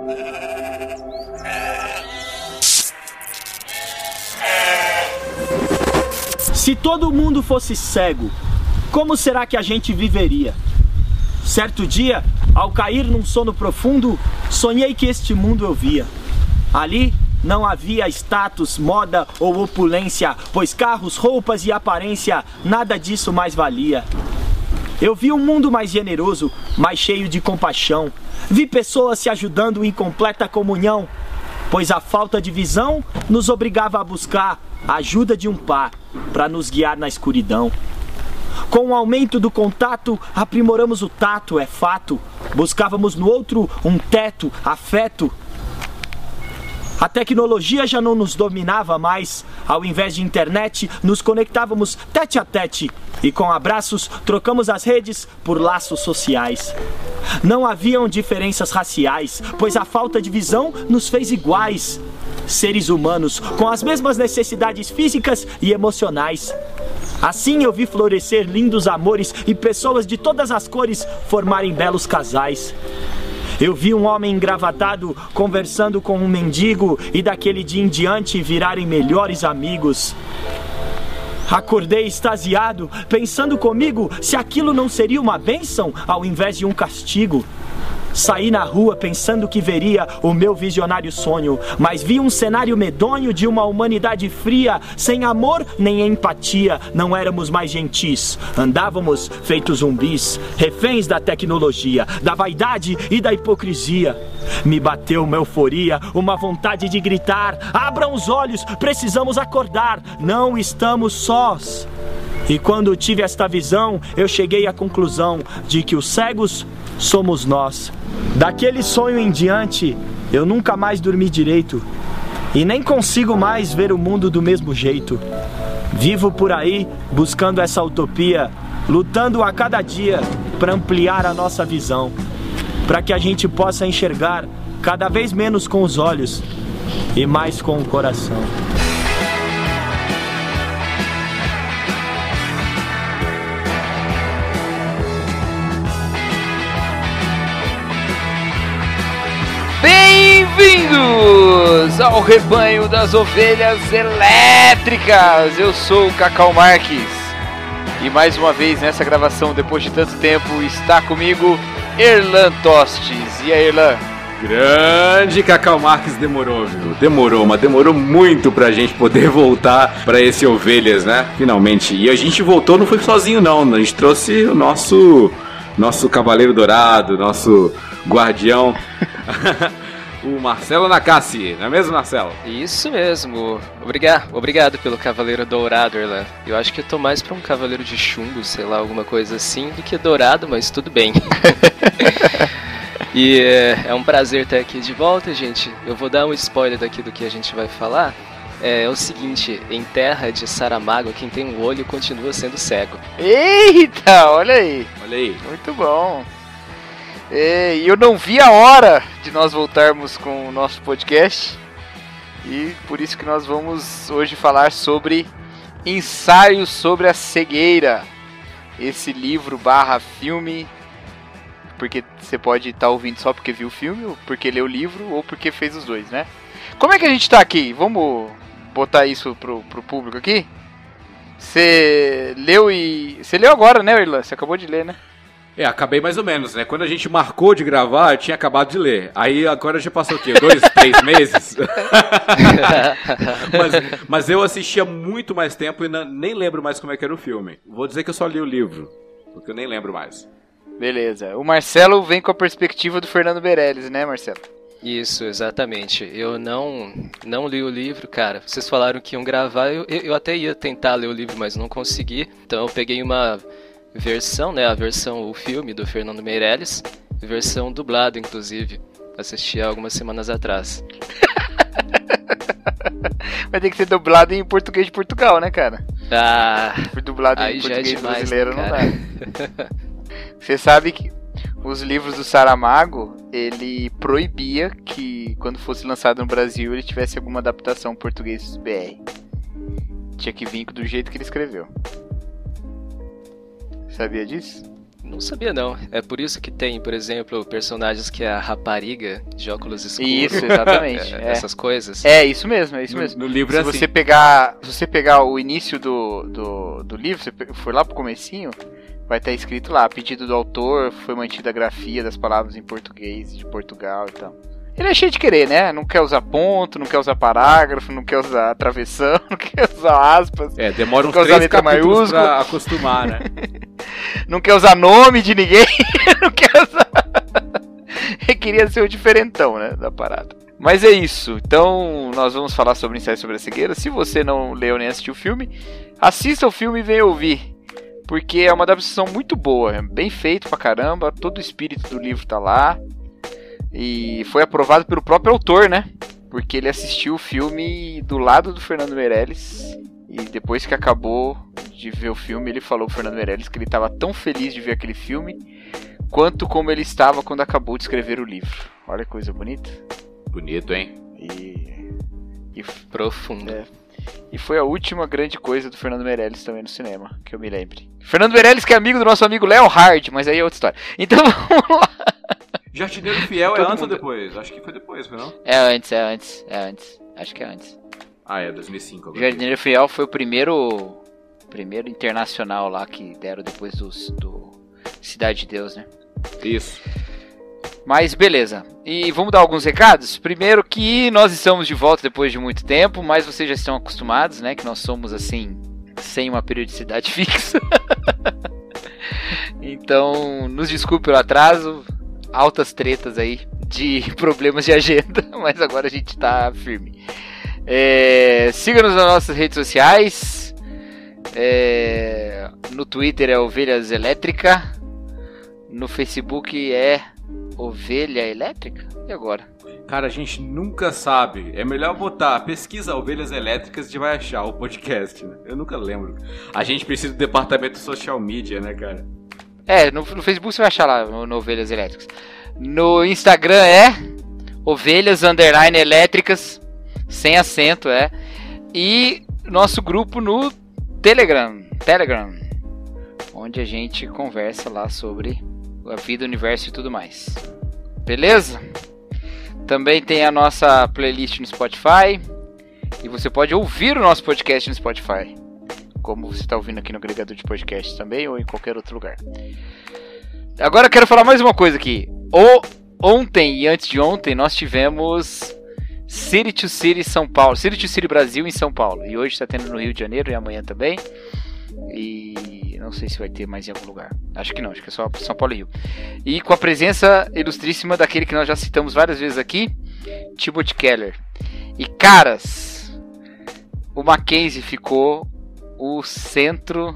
Se todo mundo fosse cego, como será que a gente viveria? Certo dia, ao cair num sono profundo, sonhei que este mundo eu via. Ali não havia status, moda ou opulência, pois carros, roupas e aparência, nada disso mais valia. Eu vi um mundo mais generoso, mais cheio de compaixão. Vi pessoas se ajudando em completa comunhão, pois a falta de visão nos obrigava a buscar a ajuda de um par para nos guiar na escuridão. Com o aumento do contato, aprimoramos o tato, é fato. Buscávamos no outro um teto, afeto. A tecnologia já não nos dominava mais. Ao invés de internet, nos conectávamos tete a tete. E com abraços, trocamos as redes por laços sociais. Não haviam diferenças raciais, pois a falta de visão nos fez iguais. Seres humanos, com as mesmas necessidades físicas e emocionais. Assim eu vi florescer lindos amores e pessoas de todas as cores formarem belos casais. Eu vi um homem engravatado conversando com um mendigo e daquele dia em diante virarem melhores amigos. Acordei extasiado, pensando comigo se aquilo não seria uma bênção ao invés de um castigo. Saí na rua pensando que veria o meu visionário sonho, mas vi um cenário medonho de uma humanidade fria, sem amor nem empatia. Não éramos mais gentis, andávamos feitos zumbis, reféns da tecnologia, da vaidade e da hipocrisia. Me bateu uma euforia, uma vontade de gritar: abram os olhos, precisamos acordar, não estamos sós. E quando tive esta visão, eu cheguei à conclusão de que os cegos somos nós. Daquele sonho em diante, eu nunca mais dormi direito e nem consigo mais ver o mundo do mesmo jeito. Vivo por aí buscando essa utopia, lutando a cada dia para ampliar a nossa visão, para que a gente possa enxergar cada vez menos com os olhos e mais com o coração. Bem-vindos ao rebanho das ovelhas elétricas! Eu sou o Cacau Marques e mais uma vez nessa gravação, depois de tanto tempo, está comigo Erlan Tostes. E aí, Erlan? Grande Cacau Marques, demorou, viu? Mas demorou muito pra gente poder voltar pra esse Ovelhas, né? Finalmente. E a gente voltou, não foi sozinho não, a gente trouxe o nosso Cavaleiro Dourado, nosso guardião... O Marcelo Nakassi, não é mesmo, Marcelo? Isso mesmo. Obrigado pelo Cavaleiro Dourado, Erlan. Eu acho que eu tô mais pra um Cavaleiro de Chumbo, sei lá, alguma coisa assim, do que dourado, mas tudo bem. E é um prazer estar aqui de volta, gente. Eu vou dar um spoiler daqui do que a gente vai falar. É o seguinte, em terra de Saramago, quem tem um olho continua sendo cego. Eita, olha aí. Muito bom. E eu não vi a hora de nós voltarmos com o nosso podcast. E por isso que nós vamos hoje falar sobre Ensaios sobre a Cegueira. Esse livro / filme. Porque você pode estar ouvindo só porque viu o filme, ou porque leu o livro, ou porque fez os dois, né? Como é que a gente tá aqui? Vamos botar isso pro público aqui? Você leu agora, né, Irlan? Você acabou de ler, né? Acabei mais ou menos, né? Quando a gente marcou de gravar, eu tinha acabado de ler. Aí agora já passou o quê? 2, 3 meses? mas eu assistia muito mais tempo e nem lembro mais como é que era o filme. Vou dizer que eu só li o livro, porque eu nem lembro mais. Beleza. O Marcelo vem com a perspectiva do Fernando Meirelles, né, Marcelo? Isso, exatamente. Eu não li o livro, cara. Vocês falaram que iam gravar, eu até ia tentar ler o livro, mas não consegui. Então eu peguei uma versão, né, o filme do Fernando Meirelles, versão dublada, inclusive. Assisti há algumas semanas atrás. Vai ter que ser dublado em português de Portugal, né, cara? Dublado em português demais, brasileiro, né, não dá. Você sabe que os livros do Saramago, ele proibia que quando fosse lançado no Brasil ele tivesse alguma adaptação em português BR. Tinha que vir do jeito que ele escreveu. Sabia disso? Não sabia, não. É por isso que tem, por exemplo, personagens que é a rapariga de óculos escuros. Isso, exatamente. Essas coisas. É isso mesmo, é isso mesmo. No livro se é assim. você pegar o início do livro, você for lá pro comecinho, vai estar escrito lá, a pedido do autor, foi mantida a grafia das palavras em português de Portugal e tal. Ele é cheio de querer, né? Não quer usar ponto, não quer usar parágrafo, não quer usar travessão, não quer usar aspas. Demora uns 3 capítulos pra acostumar, né? Não quer usar nome de ninguém, não quer usar... Ele queria ser o diferentão, né, da parada. Mas é isso, então nós vamos falar sobre Ensaio sobre a Cegueira. Se você não leu nem assistiu o filme, assista o filme e venha ouvir. Porque é uma adaptação muito boa, é bem feito pra caramba, todo o espírito do livro tá lá. E foi aprovado pelo próprio autor, né? Porque ele assistiu o filme do lado do Fernando Meirelles. E depois que acabou de ver o filme, ele falou pro Fernando Meirelles que ele estava tão feliz de ver aquele filme quanto como ele estava quando acabou de escrever o livro. Olha que coisa bonita. Bonito, hein? E profundo. E foi a última grande coisa do Fernando Meirelles também no cinema, que eu me lembre. Fernando Meirelles que é amigo do nosso amigo Léo Hard, mas aí é outra história. Então vamos lá. Jardineiro Fiel é antes ou depois? Acho que foi depois, foi não? É antes. Acho que é antes. Ah, é 2005. Agora. Jardineiro Fiel foi o primeiro internacional lá que deram depois do Cidade de Deus, né? Isso. Mas beleza. E vamos dar alguns recados? Primeiro que nós estamos de volta depois de muito tempo, mas vocês já estão acostumados, né? Que nós somos assim, sem uma periodicidade fixa. Então, nos desculpe pelo atraso. Altas tretas aí de problemas de agenda, mas agora a gente tá firme. Siga-nos nas nossas redes sociais. No Twitter é Ovelhas Elétrica. No Facebook é Ovelha Elétrica. E agora? Cara, a gente nunca sabe. É melhor botar pesquisa Ovelhas Elétricas e vai achar o podcast, né? Eu nunca lembro. A gente precisa do departamento social media, né, cara? No Facebook você vai achar lá no Ovelhas Elétricas. No Instagram é Ovelhas_Elétricas, sem acento, E nosso grupo no Telegram, onde a gente conversa lá sobre a vida, o universo e tudo mais. Beleza? Também tem a nossa playlist no Spotify. E você pode ouvir o nosso podcast no Spotify, como você está ouvindo aqui no agregador de podcast também, ou em qualquer outro lugar. Agora eu quero falar mais uma coisa aqui. Ontem e antes de ontem nós tivemos City to City São Paulo, City to City Brasil em São Paulo. E hoje está tendo no Rio de Janeiro e amanhã também. E não sei se vai ter mais em algum lugar. Acho que não, acho que é só São Paulo e Rio. E com a presença ilustríssima daquele que nós já citamos várias vezes aqui, Timothy Keller. E caras, o Mackenzie ficou o centro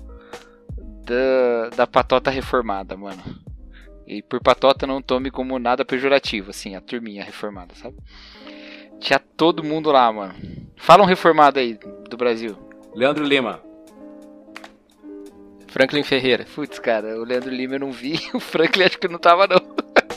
da patota reformada, mano. E por patota não tome como nada pejorativo, assim, a turminha reformada, sabe? Tinha todo mundo lá, mano. Fala um reformado aí do Brasil. Leandro Lima. Franklin Ferreira. Putz, cara, o Leandro Lima eu não vi. O Franklin acho que não tava, não.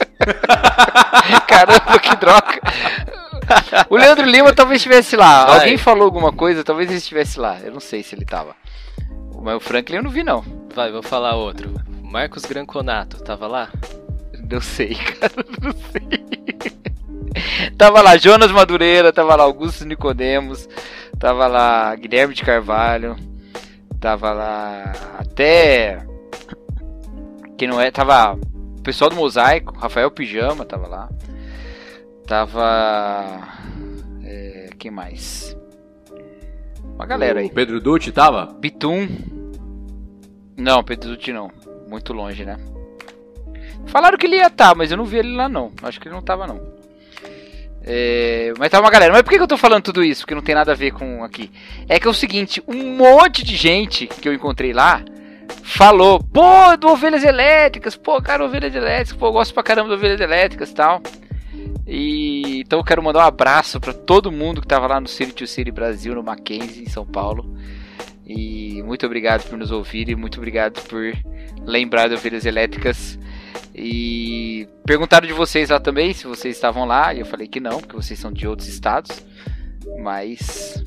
Caramba, que droga. O Leandro Lima talvez estivesse lá. Vai. Alguém falou alguma coisa, talvez ele estivesse lá. Eu não sei se ele tava. Mas o Franklin eu não vi, não. Vai, vou falar outro. Marcos Granconato, tava lá? Não sei, cara, não sei. Tava lá Jonas Madureira, tava lá Augusto Nicodemos, tava lá Guilherme de Carvalho, tava lá até... Quem não é, tava o pessoal do Mosaico, Rafael Pijama tava lá. Tava... quem mais? Uma galera aí. O Pedro Dutti tava? Bitum. Não, Pedro Dutti não. Muito longe, né? Falaram que ele ia estar, mas eu não vi ele lá não. Acho que ele não tava não. Mas tava uma galera. Mas por que eu tô falando tudo isso? Porque não tem nada a ver com aqui. É que é o seguinte, um monte de gente que eu encontrei lá falou, pô, do Ovelhas Elétricas, pô, cara, Ovelhas Elétricas, pô, eu gosto pra caramba de Ovelhas Elétricas e tal. E então eu quero mandar um abraço pra todo mundo que tava lá no City to City Brasil, no Mackenzie, em São Paulo. E muito obrigado por nos ouvir e muito obrigado por lembrar de Ovelhas Elétricas. E perguntaram de vocês lá também, se vocês estavam lá, e eu falei que não, porque vocês são de outros estados. Mas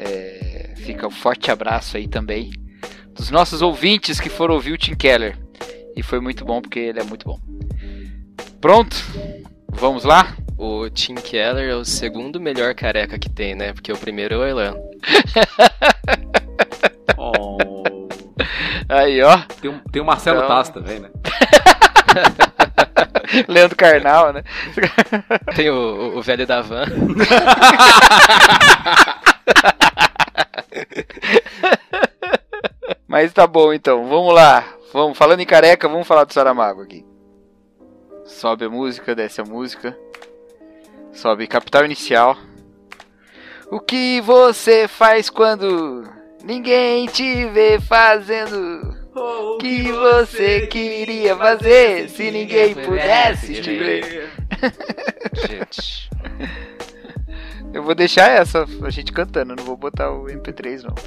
fica um forte abraço aí também dos nossos ouvintes que foram ouvir o Tim Keller. E foi muito bom porque ele é muito bom. Pronto? Vamos lá? O Tim Keller é o segundo melhor careca que tem, né? Porque o primeiro é o Erlan. Oh. Aí, ó. Tem o Marcelo Tassi também, né? Leandro Carnal, né? Tem o velho da van. Mas tá bom, então. Vamos lá. Falando em careca, vamos falar do Saramago aqui. Sobe a música, desce a música. Sobe Capital Inicial. O que você faz quando ninguém te vê fazendo? O que você queria fazer se ninguém pudesse te ver? Gente. Eu vou deixar essa, a gente cantando, não vou botar o MP3 não.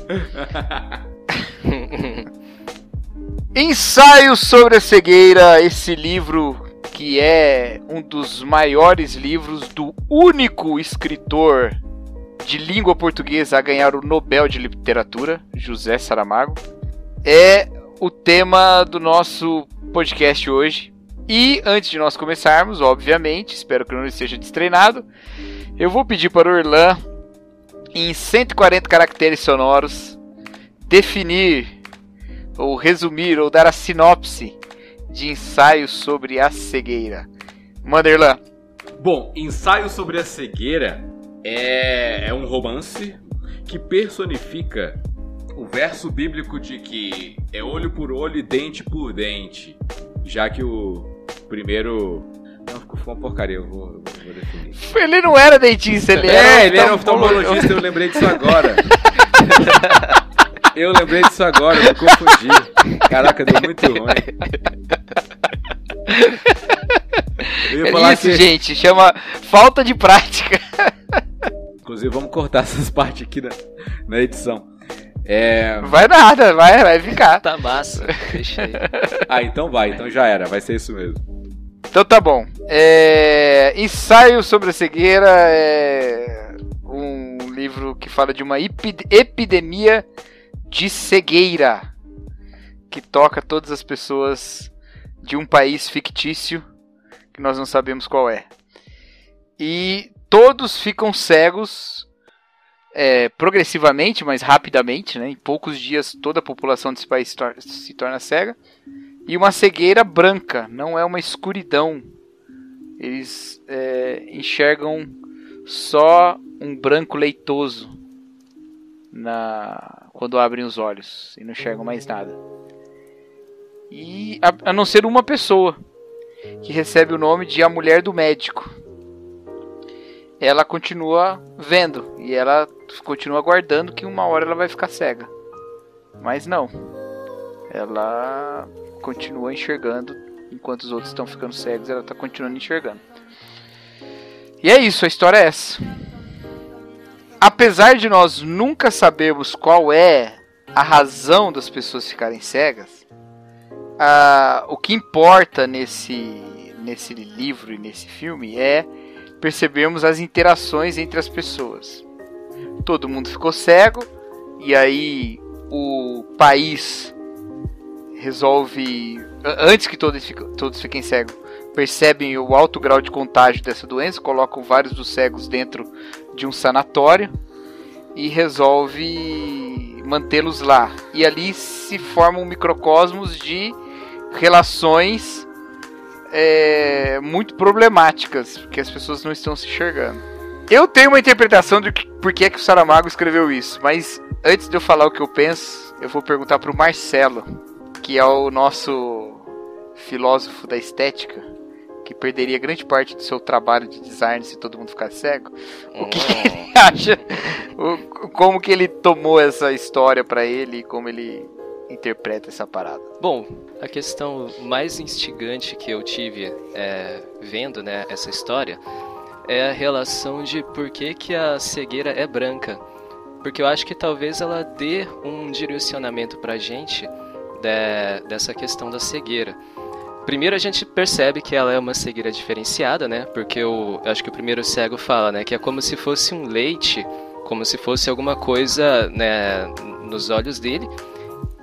Ensaio sobre a cegueira, esse livro que é um dos maiores livros do único escritor de língua portuguesa a ganhar o Nobel de Literatura, José Saramago, é o tema do nosso podcast hoje. E antes de nós começarmos, obviamente, espero que não esteja destreinado, eu vou pedir para o Erlan, em 140 caracteres sonoros, definir, ou resumir, ou dar a sinopse de Ensaio sobre a Cegueira. Manda, Erlan. Bom, Ensaio sobre a Cegueira é um romance que personifica o verso bíblico de que é olho por olho e dente por dente, já que o primeiro... Não, ficou uma porcaria, eu vou definir. Ele não era dentista, ele era oftalmologista, eu lembrei disso agora. Eu me confundi. Caraca, deu muito ruim. É isso, gente, chama falta de prática. Inclusive, vamos cortar essas partes aqui na edição. Vai nada, vai ficar. Tá massa, deixa aí. Então já era, vai ser isso mesmo. Então tá bom. Ensaio sobre a Cegueira é um livro que fala de uma epidemia de cegueira que toca todas as pessoas de um país fictício que nós não sabemos qual é. E todos ficam cegos progressivamente, mas rapidamente, né? Em poucos dias toda a população desse país se torna cega. E uma cegueira branca, não é uma escuridão. Eles enxergam só um branco leitoso quando abrem os olhos e não enxergam mais nada. E a não ser uma pessoa que recebe o nome de a mulher do médico. Ela continua vendo e ela continua aguardando que uma hora ela vai ficar cega. Mas não. Ela continua enxergando enquanto os outros estão ficando cegos, ela está continuando enxergando. E é isso, a história é essa. Apesar de nós nunca sabermos qual é a razão das pessoas ficarem cegas, o que importa nesse livro e nesse filme é percebermos as interações entre as pessoas. Todo mundo ficou cego e aí o país resolve, antes que todos fiquem cegos, percebem o alto grau de contágio dessa doença, colocam vários dos cegos dentro de um sanatório e resolve mantê-los lá. E ali se formam microcosmos de relações muito problemáticas, porque as pessoas não estão se enxergando. Eu tenho uma interpretação de por que é que o Saramago escreveu isso, mas antes de eu falar o que eu penso, eu vou perguntar para o Marcelo, que é o nosso filósofo da estética, que perderia grande parte do seu trabalho de design se todo mundo ficasse cego. O que ele acha? Como que ele tomou essa história para ele e como ele interpreta essa parada? Bom, a questão mais instigante que eu tive vendo, né, essa história é a relação de por que a cegueira é branca. Porque eu acho que talvez ela dê um direcionamento pra gente dessa questão da cegueira. Primeiro a gente percebe que ela é uma cegueira diferenciada, né? Porque eu acho que o primeiro cego fala, né, que é como se fosse um leite, como se fosse alguma coisa, né, nos olhos dele.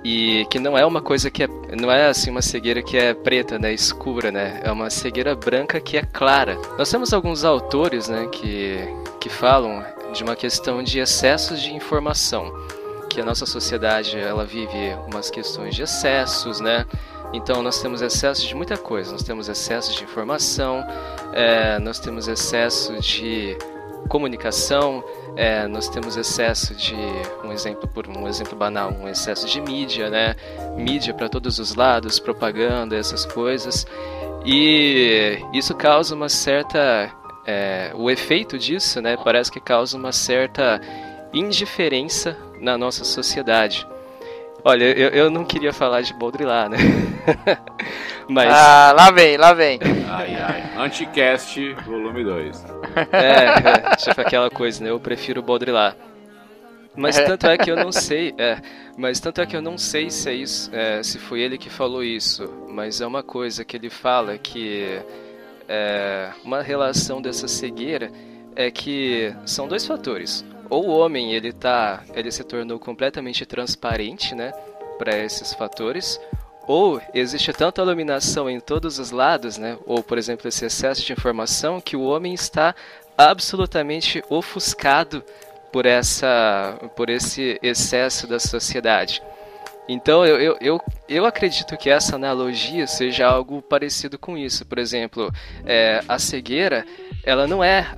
e que não é uma coisa que não é assim uma cegueira que é preta, né, escura, né? É uma cegueira branca que é clara. Nós temos alguns autores, né, que falam de uma questão de excessos de informação, que a nossa sociedade ela vive umas questões de excessos, né? Então nós temos excesso de muita coisa. Nós temos excesso de informação, nós temos excesso de comunicação, nós temos excesso de, um exemplo banal, um excesso de mídia, né? Mídia para todos os lados, propaganda, essas coisas. E isso causa uma certa... o efeito disso, né, parece que causa uma certa indiferença na nossa sociedade. Olha, eu não queria falar de Baudrillard, né? Mas... lá vem. Ai. Anticast, volume 2. Tipo aquela coisa, né? Eu prefiro Baudrillard. Mas tanto é que eu não sei... se é isso, se foi ele que falou isso. Mas é uma coisa que ele fala que... uma relação dessa cegueira é que são dois fatores. Ou o homem ele se tornou completamente transparente, né, para esses fatores, ou existe tanta iluminação em todos os lados, né, ou por exemplo esse excesso de informação que o homem está absolutamente ofuscado por esse excesso da sociedade. Então eu acredito que essa analogia seja algo parecido com isso. Por exemplo, a cegueira ela não é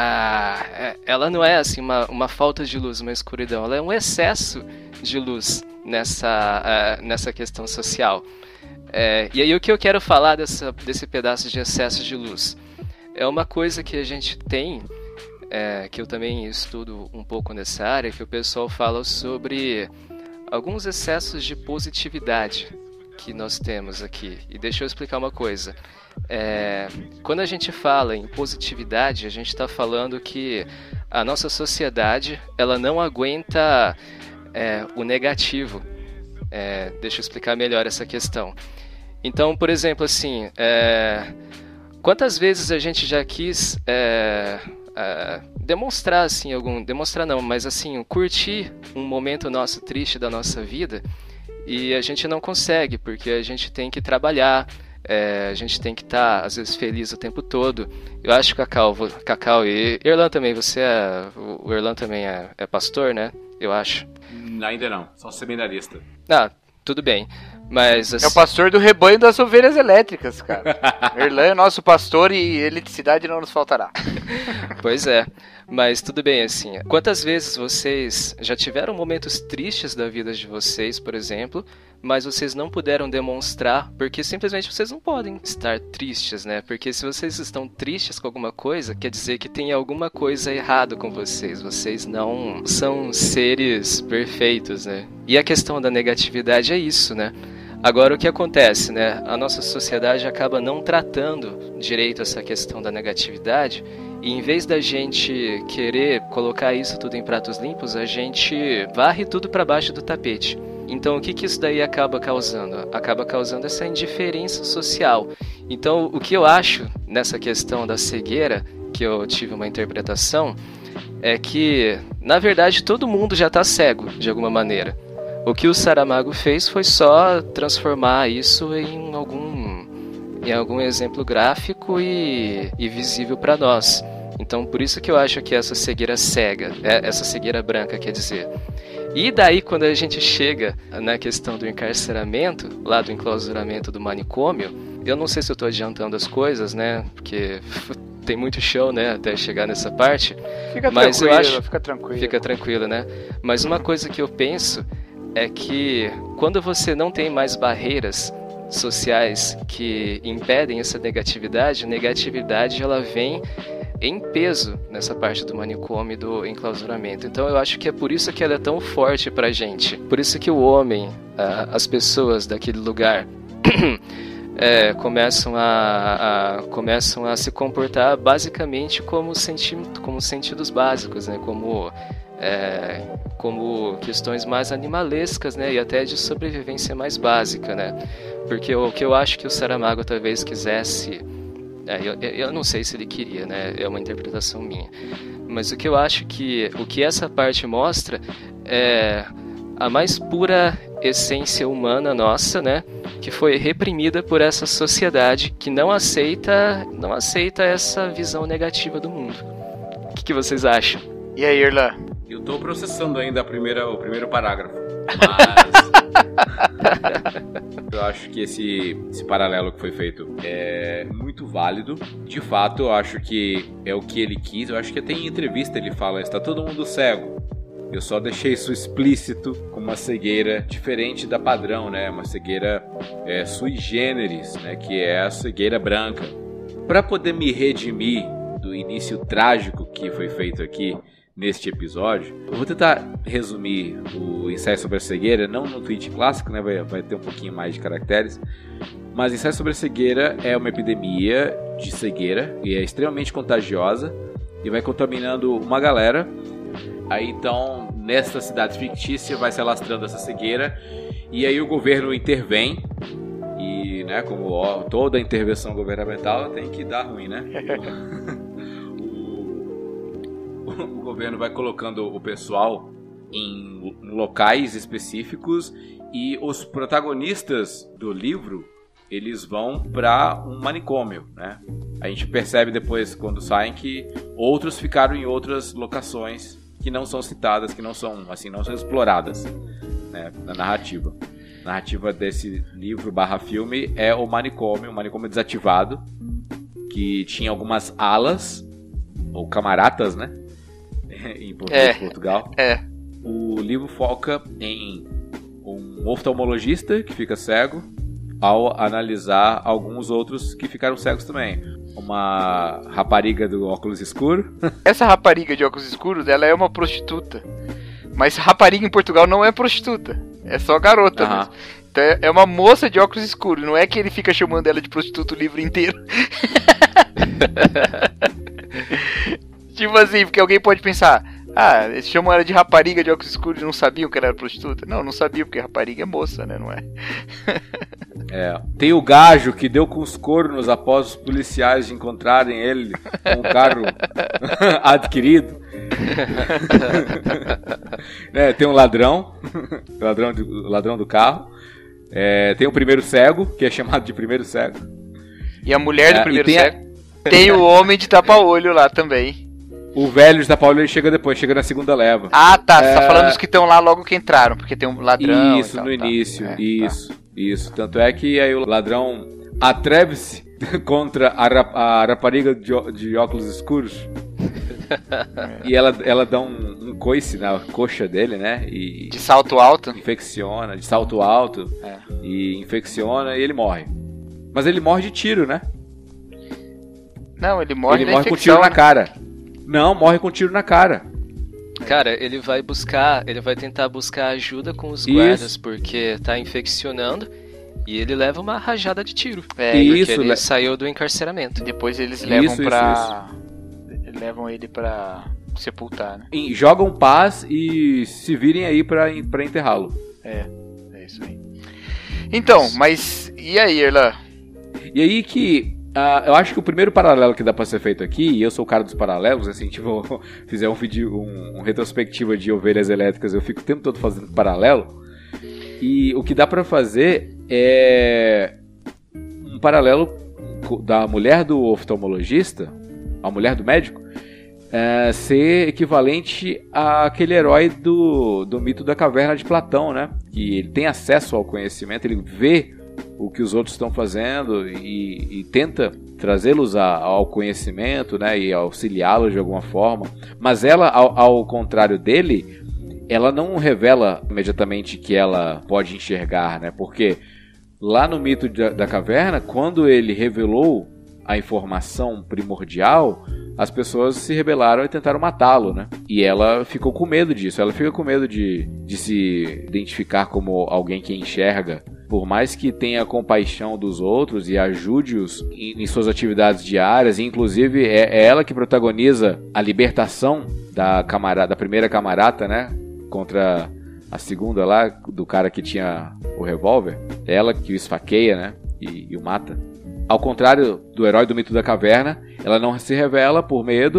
assim uma falta de luz, uma escuridão. Ela é um excesso de luz nessa questão social. E aí o que eu quero falar desse pedaço de excesso de luz é uma coisa que a gente tem, que eu também estudo um pouco nessa área, que o pessoal fala sobre alguns excessos de positividade que nós temos aqui. E deixa eu explicar uma coisa. Quando a gente fala em positividade, a gente está falando que a nossa sociedade ela não aguenta o negativo. Deixa eu explicar melhor essa questão. Então, por exemplo, assim, quantas vezes a gente já quis demonstrar assim mas assim curtir um momento nosso triste da nossa vida e a gente não consegue porque a gente tem que trabalhar, a gente tem que estar às vezes feliz o tempo todo. Eu acho que Cacau e Erlan também, o Erlan também é pastor, né? Eu acho. Ainda não, só seminarista. Tudo bem. Mas, assim... É o pastor do rebanho das ovelhas elétricas, cara. Erlan é nosso pastor e eletricidade não nos faltará. Pois é, mas tudo bem, assim. Quantas vezes vocês já tiveram momentos tristes da vida de vocês, por exemplo, mas vocês não puderam demonstrar porque simplesmente vocês não podem estar tristes, né? Porque se vocês estão tristes com alguma coisa, quer dizer que tem alguma coisa errada com vocês. Vocês não são seres perfeitos, né? E a questão da negatividade é isso, né? Agora, o que acontece, né? A nossa sociedade acaba não tratando direito essa questão da negatividade e em vez da gente querer colocar isso tudo em pratos limpos, a gente varre tudo para baixo do tapete. Então, o que isso daí acaba causando? Acaba causando essa indiferença social. Então, o que eu acho nessa questão da cegueira, que eu tive uma interpretação, é que, na verdade, todo mundo já está cego, de alguma maneira. O que o Saramago fez foi só transformar isso em algum exemplo gráfico e visível para nós. Então, por isso que eu acho que essa cegueira cega, essa cegueira branca, quer dizer. E daí, quando a gente chega na questão do encarceramento, lá do enclausuramento do manicômio, eu não sei se eu estou adiantando as coisas, né? Porque tem muito chão, né? Até chegar nessa parte. Fica tranquilo, né? Mas uma coisa que eu penso é que quando você não tem mais barreiras sociais que impedem essa negatividade, a negatividade ela vem em peso nessa parte do manicômio e do enclausuramento. Então eu acho que é por isso que ela é tão forte pra gente. Por isso que o homem, as pessoas daquele lugar começam a se comportar basicamente como sentidos básicos, né? Como questões mais animalescas, né? E até de sobrevivência mais básica, né? Porque o que eu acho que o Saramago talvez quisesse... eu não sei se ele queria, né? É uma interpretação minha. Mas o que eu acho que essa parte mostra é a mais pura essência humana nossa, né, que foi reprimida por essa sociedade que não aceita essa visão negativa do mundo. O que vocês acham? E aí, Irlan? Eu tô processando ainda o primeiro parágrafo, mas eu acho que esse paralelo que foi feito é muito válido. De fato, eu acho que é o que ele quis. Eu acho que até em entrevista ele fala: está todo mundo cego. Eu só deixei isso explícito com uma cegueira diferente da padrão, né? Uma cegueira sui generis, né? Que é a cegueira branca. Para poder me redimir do início trágico que foi feito aqui neste episódio, eu vou tentar resumir o ensaio sobre a cegueira, não no tweet clássico, né? Vai ter um pouquinho mais de caracteres. Mas ensaio sobre a cegueira é uma epidemia de cegueira e é extremamente contagiosa e vai contaminando uma galera. Aí então, nessa cidade fictícia vai se alastrando essa cegueira e aí o governo intervém e, né, como toda intervenção governamental tem que dar ruim, né? O governo vai colocando o pessoal em locais específicos e os protagonistas do livro, eles vão para um manicômio, né? A gente percebe depois, quando saem, que outros ficaram em outras locações que não são citadas, que não são exploradas, né, na narrativa. A narrativa desse livro / filme é o manicômio, um manicômio desativado, que tinha algumas alas, ou camaratas, né? Em português de Portugal. O livro foca em um oftalmologista que fica cego ao analisar alguns outros que ficaram cegos também. Uma rapariga do óculos escuro. Essa rapariga de óculos escuros, ela é uma prostituta. Mas rapariga em Portugal não é prostituta. É só garota mesmo. Então é uma moça de óculos escuros. Não é que ele fica chamando ela de prostituta o livro inteiro. Tipo assim, porque alguém pode pensar: eles chamam ela de rapariga de óculos escuros e não sabiam que ela era prostituta. Não sabia, porque rapariga é moça, né? Não é? Tem o gajo que deu com os cornos após os policiais encontrarem ele com o carro adquirido. Tem um ladrão do carro. Tem o primeiro cego, que é chamado de primeiro cego. E a mulher do primeiro cego. Tem o homem de tapa-olho lá também. O velho de tapa-olho ele chega depois, chega na segunda leva. Você tá falando dos que estão lá logo que entraram, porque tem um ladrão. Isso, no início. Isso. Tanto é que aí o ladrão atreve-se contra a rapariga de óculos escuros. E ela dá um coice na coxa dele, né? E de salto alto. Infecciona, de salto alto. E infecciona e ele morre. Mas ele morre de tiro, né? Não, ele morre com tiro na cara. Não, morre com tiro na cara. Cara, ele vai tentar buscar ajuda com os guardas, porque tá infeccionando e ele leva uma rajada de tiro. Porque ele saiu do encarceramento. Depois eles levam ele pra sepultar, né? E jogam paz e se virem aí pra enterrá-lo. É isso aí. Então, mas e aí, Irlan? E aí que eu acho que o primeiro paralelo que dá pra ser feito aqui, e eu sou o cara dos paralelos, assim, tipo, fizer um vídeo, um retrospectiva de ovelhas elétricas, eu fico o tempo todo fazendo paralelo, e o que dá pra fazer é um paralelo da mulher do oftalmologista, a mulher do médico, ser equivalente àquele herói do mito da caverna de Platão, né? Que ele tem acesso ao conhecimento, ele vê o que os outros estão fazendo e tenta trazê-los ao conhecimento, né, e auxiliá-los de alguma forma. Mas ela, ao contrário dele, ela não revela imediatamente que ela pode enxergar, né? Porque lá no mito da caverna, quando ele revelou a informação primordial, as pessoas se rebelaram e tentaram matá-lo, né? E ela ficou com medo disso. Ela fica com medo de se identificar como alguém que enxerga. Por mais que tenha compaixão dos outros e ajude-os em suas atividades diárias, e inclusive é ela que protagoniza a libertação da primeira camarata, né? Contra a segunda lá, do cara que tinha o revólver. É ela que o esfaqueia, né? E o mata. Ao contrário do herói do mito da caverna, ela não se revela por medo,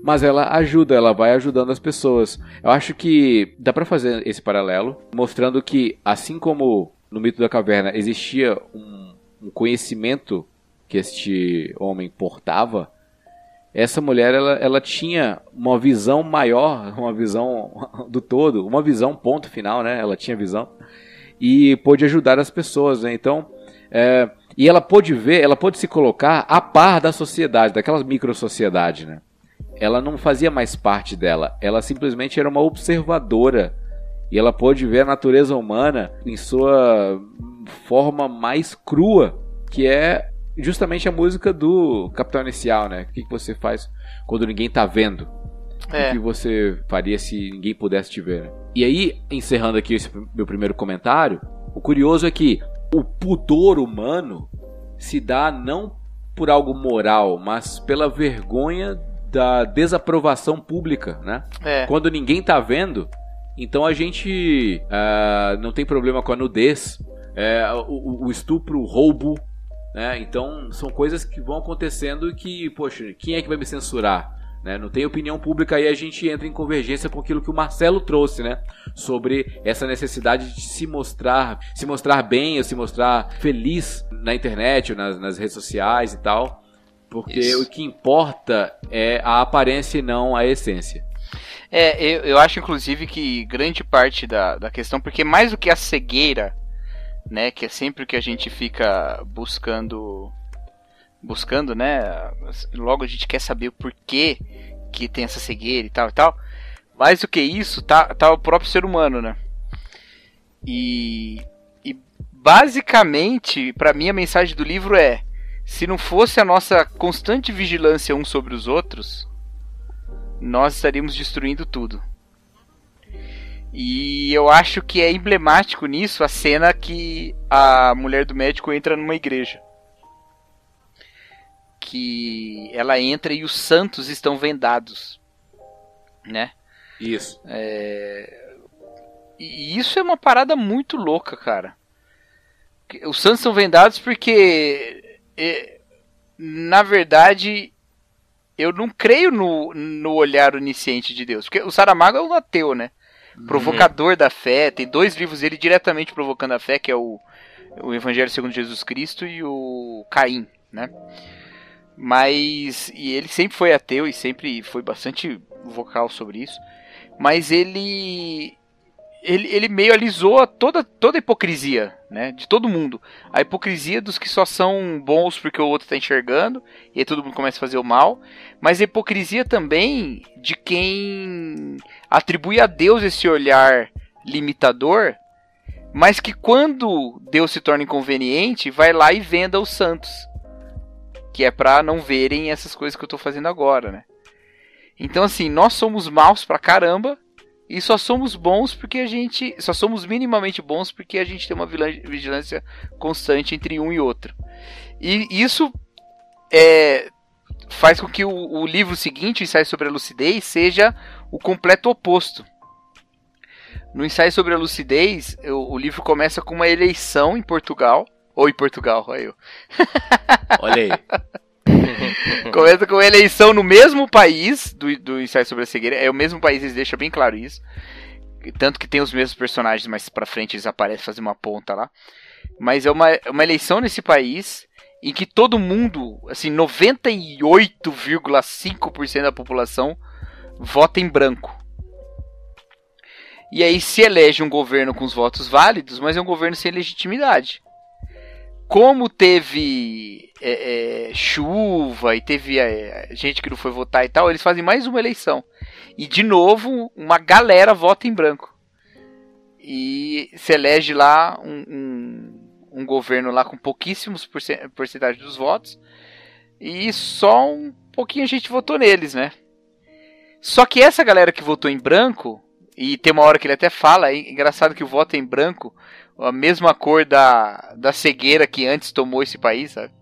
mas ela ajuda, ela vai ajudando as pessoas. Eu acho que dá pra fazer esse paralelo, mostrando que, assim como no mito da caverna existia um conhecimento que este homem portava, essa mulher ela tinha uma visão maior, uma visão do todo, uma visão ponto final, né? Ela tinha visão e pôde ajudar as pessoas, né? Então, e ela pôde ver, ela pôde se colocar a par da sociedade, daquela micro-sociedade, né? Ela não fazia mais parte dela, ela simplesmente era uma observadora e ela pôde ver a natureza humana em sua forma mais crua, que é justamente a música do Capital Inicial, né? O que você faz quando ninguém tá vendo? O que você faria se ninguém pudesse te ver? Né? E aí, encerrando aqui esse meu primeiro comentário, o curioso é que o pudor humano se dá não por algo moral, mas pela vergonha da desaprovação pública, né? Quando ninguém tá vendo, então a gente não tem problema com a nudez, o estupro, o roubo, né? Então são coisas que vão acontecendo e que, poxa, quem é que vai me censurar? Né? Não tem opinião pública, aí a gente entra em convergência com aquilo que o Marcelo trouxe, né? Sobre essa necessidade de se mostrar bem, ou se mostrar feliz na internet, ou nas redes sociais e tal, porque o que importa é a aparência e não a essência. Eu acho inclusive que grande parte da questão, porque mais do que a cegueira, né, que é sempre o que a gente fica buscando, né, logo a gente quer saber o porquê que tem essa cegueira e tal, mais do que isso, tá o próprio ser humano, né, e basicamente, pra mim a mensagem do livro é, se não fosse a nossa constante vigilância uns sobre os outros, nós estaríamos destruindo tudo. E eu acho que é emblemático nisso a cena que a mulher do médico entra numa igreja. Que ela entra e os santos estão vendados. Né? Isso. E isso é uma parada muito louca, cara. Os santos estão vendados porque, na verdade, eu não creio no olhar onisciente de Deus. Porque o Saramago é um ateu, né? Provocador da fé, tem 2 livros dele diretamente provocando a fé, que é o Evangelho segundo Jesus Cristo e o Caim, né? Mas, e ele sempre foi ateu e sempre foi bastante vocal sobre isso, mas ele meio alisou toda a hipocrisia, né, de todo mundo. A hipocrisia dos que só são bons porque o outro está enxergando, e aí todo mundo começa a fazer o mal, mas a hipocrisia também de quem atribui a Deus esse olhar limitador, mas que quando Deus se torna inconveniente, vai lá e venda os santos, que é para não verem essas coisas que eu estou fazendo agora, né? Então assim, nós somos maus pra caramba, e só somos bons porque a gente... Só somos minimamente bons porque a gente tem uma vigilância constante entre um e outro. E isso faz com que o livro seguinte, o Ensaio sobre a Lucidez, seja o completo oposto. No Ensaio sobre a Lucidez, o livro começa com uma eleição em Portugal. Ou em Portugal, olha eu. Olha aí. Começa com a eleição no mesmo país do Ensaio sobre a Cegueira. É o mesmo país, eles deixam bem claro isso. Tanto que tem os mesmos personagens, mas pra frente eles aparecem, fazem uma ponta lá. Mas é uma eleição nesse país em que todo mundo, assim, 98,5% da população vota em branco. E aí se elege um governo com os votos válidos, mas é um governo sem legitimidade. Como teve chuva e teve gente que não foi votar e tal, eles fazem mais uma eleição. E de novo, uma galera vota em branco. E se elege lá um governo lá com pouquíssimos porcentagem dos votos. E só um pouquinho a gente votou neles, né? Só que essa galera que votou em branco, e tem uma hora que ele até fala, é engraçado que o voto em branco, a mesma cor da cegueira que antes tomou esse país, sabe?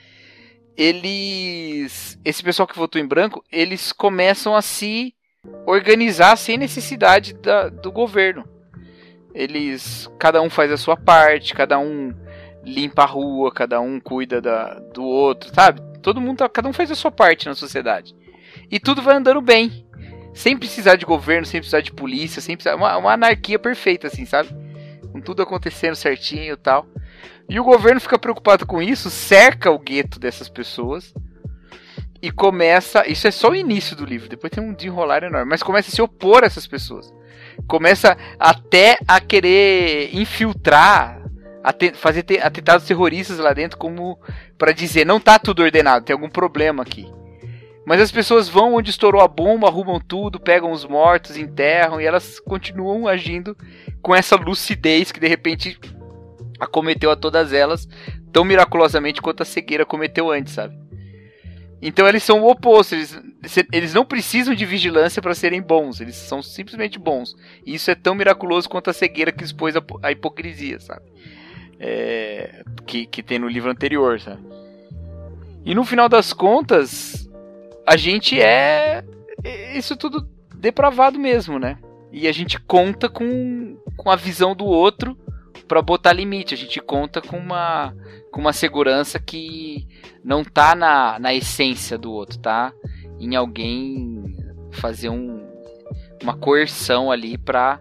Esse pessoal que votou em branco, eles começam a se organizar sem necessidade do governo. Cada um faz a sua parte, cada um limpa a rua, cada um cuida do outro, sabe? Cada um faz a sua parte na sociedade. E tudo vai andando bem. Sem precisar de governo, sem precisar de polícia, sem precisar... Uma anarquia perfeita, assim, sabe? Com tudo acontecendo certinho e tal. E o governo fica preocupado com isso, cerca o gueto dessas pessoas e começa... Isso é só o início do livro, depois tem um desenrolar enorme, mas começa a se opor a essas pessoas. Começa até a querer infiltrar, fazer atentados terroristas lá dentro, como para dizer, não tá tudo ordenado, tem algum problema aqui. Mas as pessoas vão onde estourou a bomba, arrumam tudo, pegam os mortos, enterram, e elas continuam agindo com essa lucidez que de repente acometeu a todas elas, tão miraculosamente quanto a cegueira cometeu antes, sabe? Então eles são o oposto, eles não precisam de vigilância para serem bons, eles são simplesmente bons. E isso é tão miraculoso quanto a cegueira que expôs a hipocrisia, sabe? Que tem no livro anterior, sabe? E no final das contas, a gente é isso tudo depravado mesmo, né? E a gente conta com a visão do outro para botar limite. A gente conta com uma segurança que não tá na essência do outro, tá? Em alguém fazer uma coerção ali pra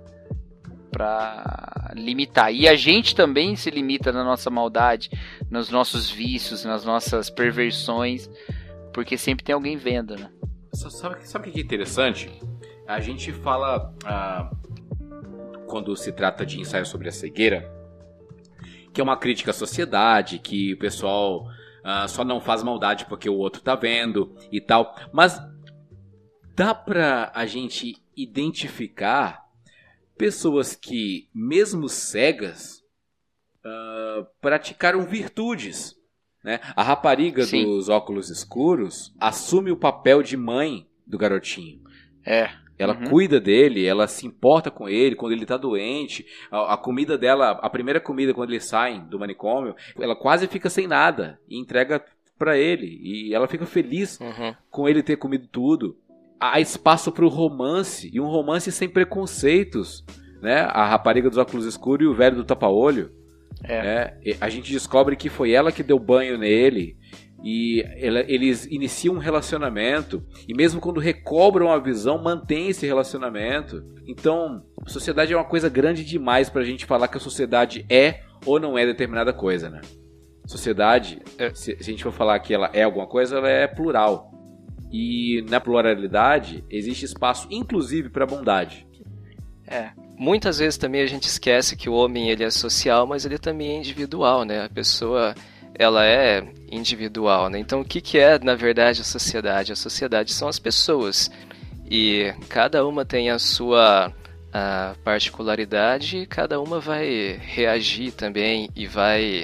limitar. E a gente também se limita na nossa maldade, nos nossos vícios, nas nossas perversões, porque sempre tem alguém vendo, né? Sabe o que é interessante? A gente fala, quando se trata de ensaio sobre a cegueira, que é uma crítica à sociedade, que o pessoal só não faz maldade porque o outro tá vendo e tal. Mas dá pra a gente identificar pessoas que, mesmo cegas, praticaram virtudes, né? A rapariga Sim. dos óculos escuros assume o papel de mãe do garotinho. Ela cuida dele, ela se importa com ele quando ele tá doente. A comida dela, a primeira comida quando eles saem do manicômio, ela quase fica sem nada e entrega pra ele. E ela fica feliz com ele ter comido tudo. Há espaço pro romance, e um romance sem preconceitos, né? A rapariga dos óculos escuros e o velho do tapa-olho. A gente descobre que foi ela que deu banho nele. E eles iniciam um relacionamento, e mesmo quando recobram a visão, mantém esse relacionamento. Então, a sociedade é uma coisa grande demais pra gente falar que a sociedade é ou não é determinada coisa, né? Sociedade, se a gente for falar que ela é alguma coisa, ela é plural. E na pluralidade existe espaço, inclusive, pra bondade. Muitas vezes também a gente esquece que o homem ele é social, mas ele também é individual, né? A pessoa... ela é individual, né? Então o que é, na verdade, a sociedade? A sociedade são as pessoas. E cada uma tem a sua particularidade, e cada uma vai reagir também e vai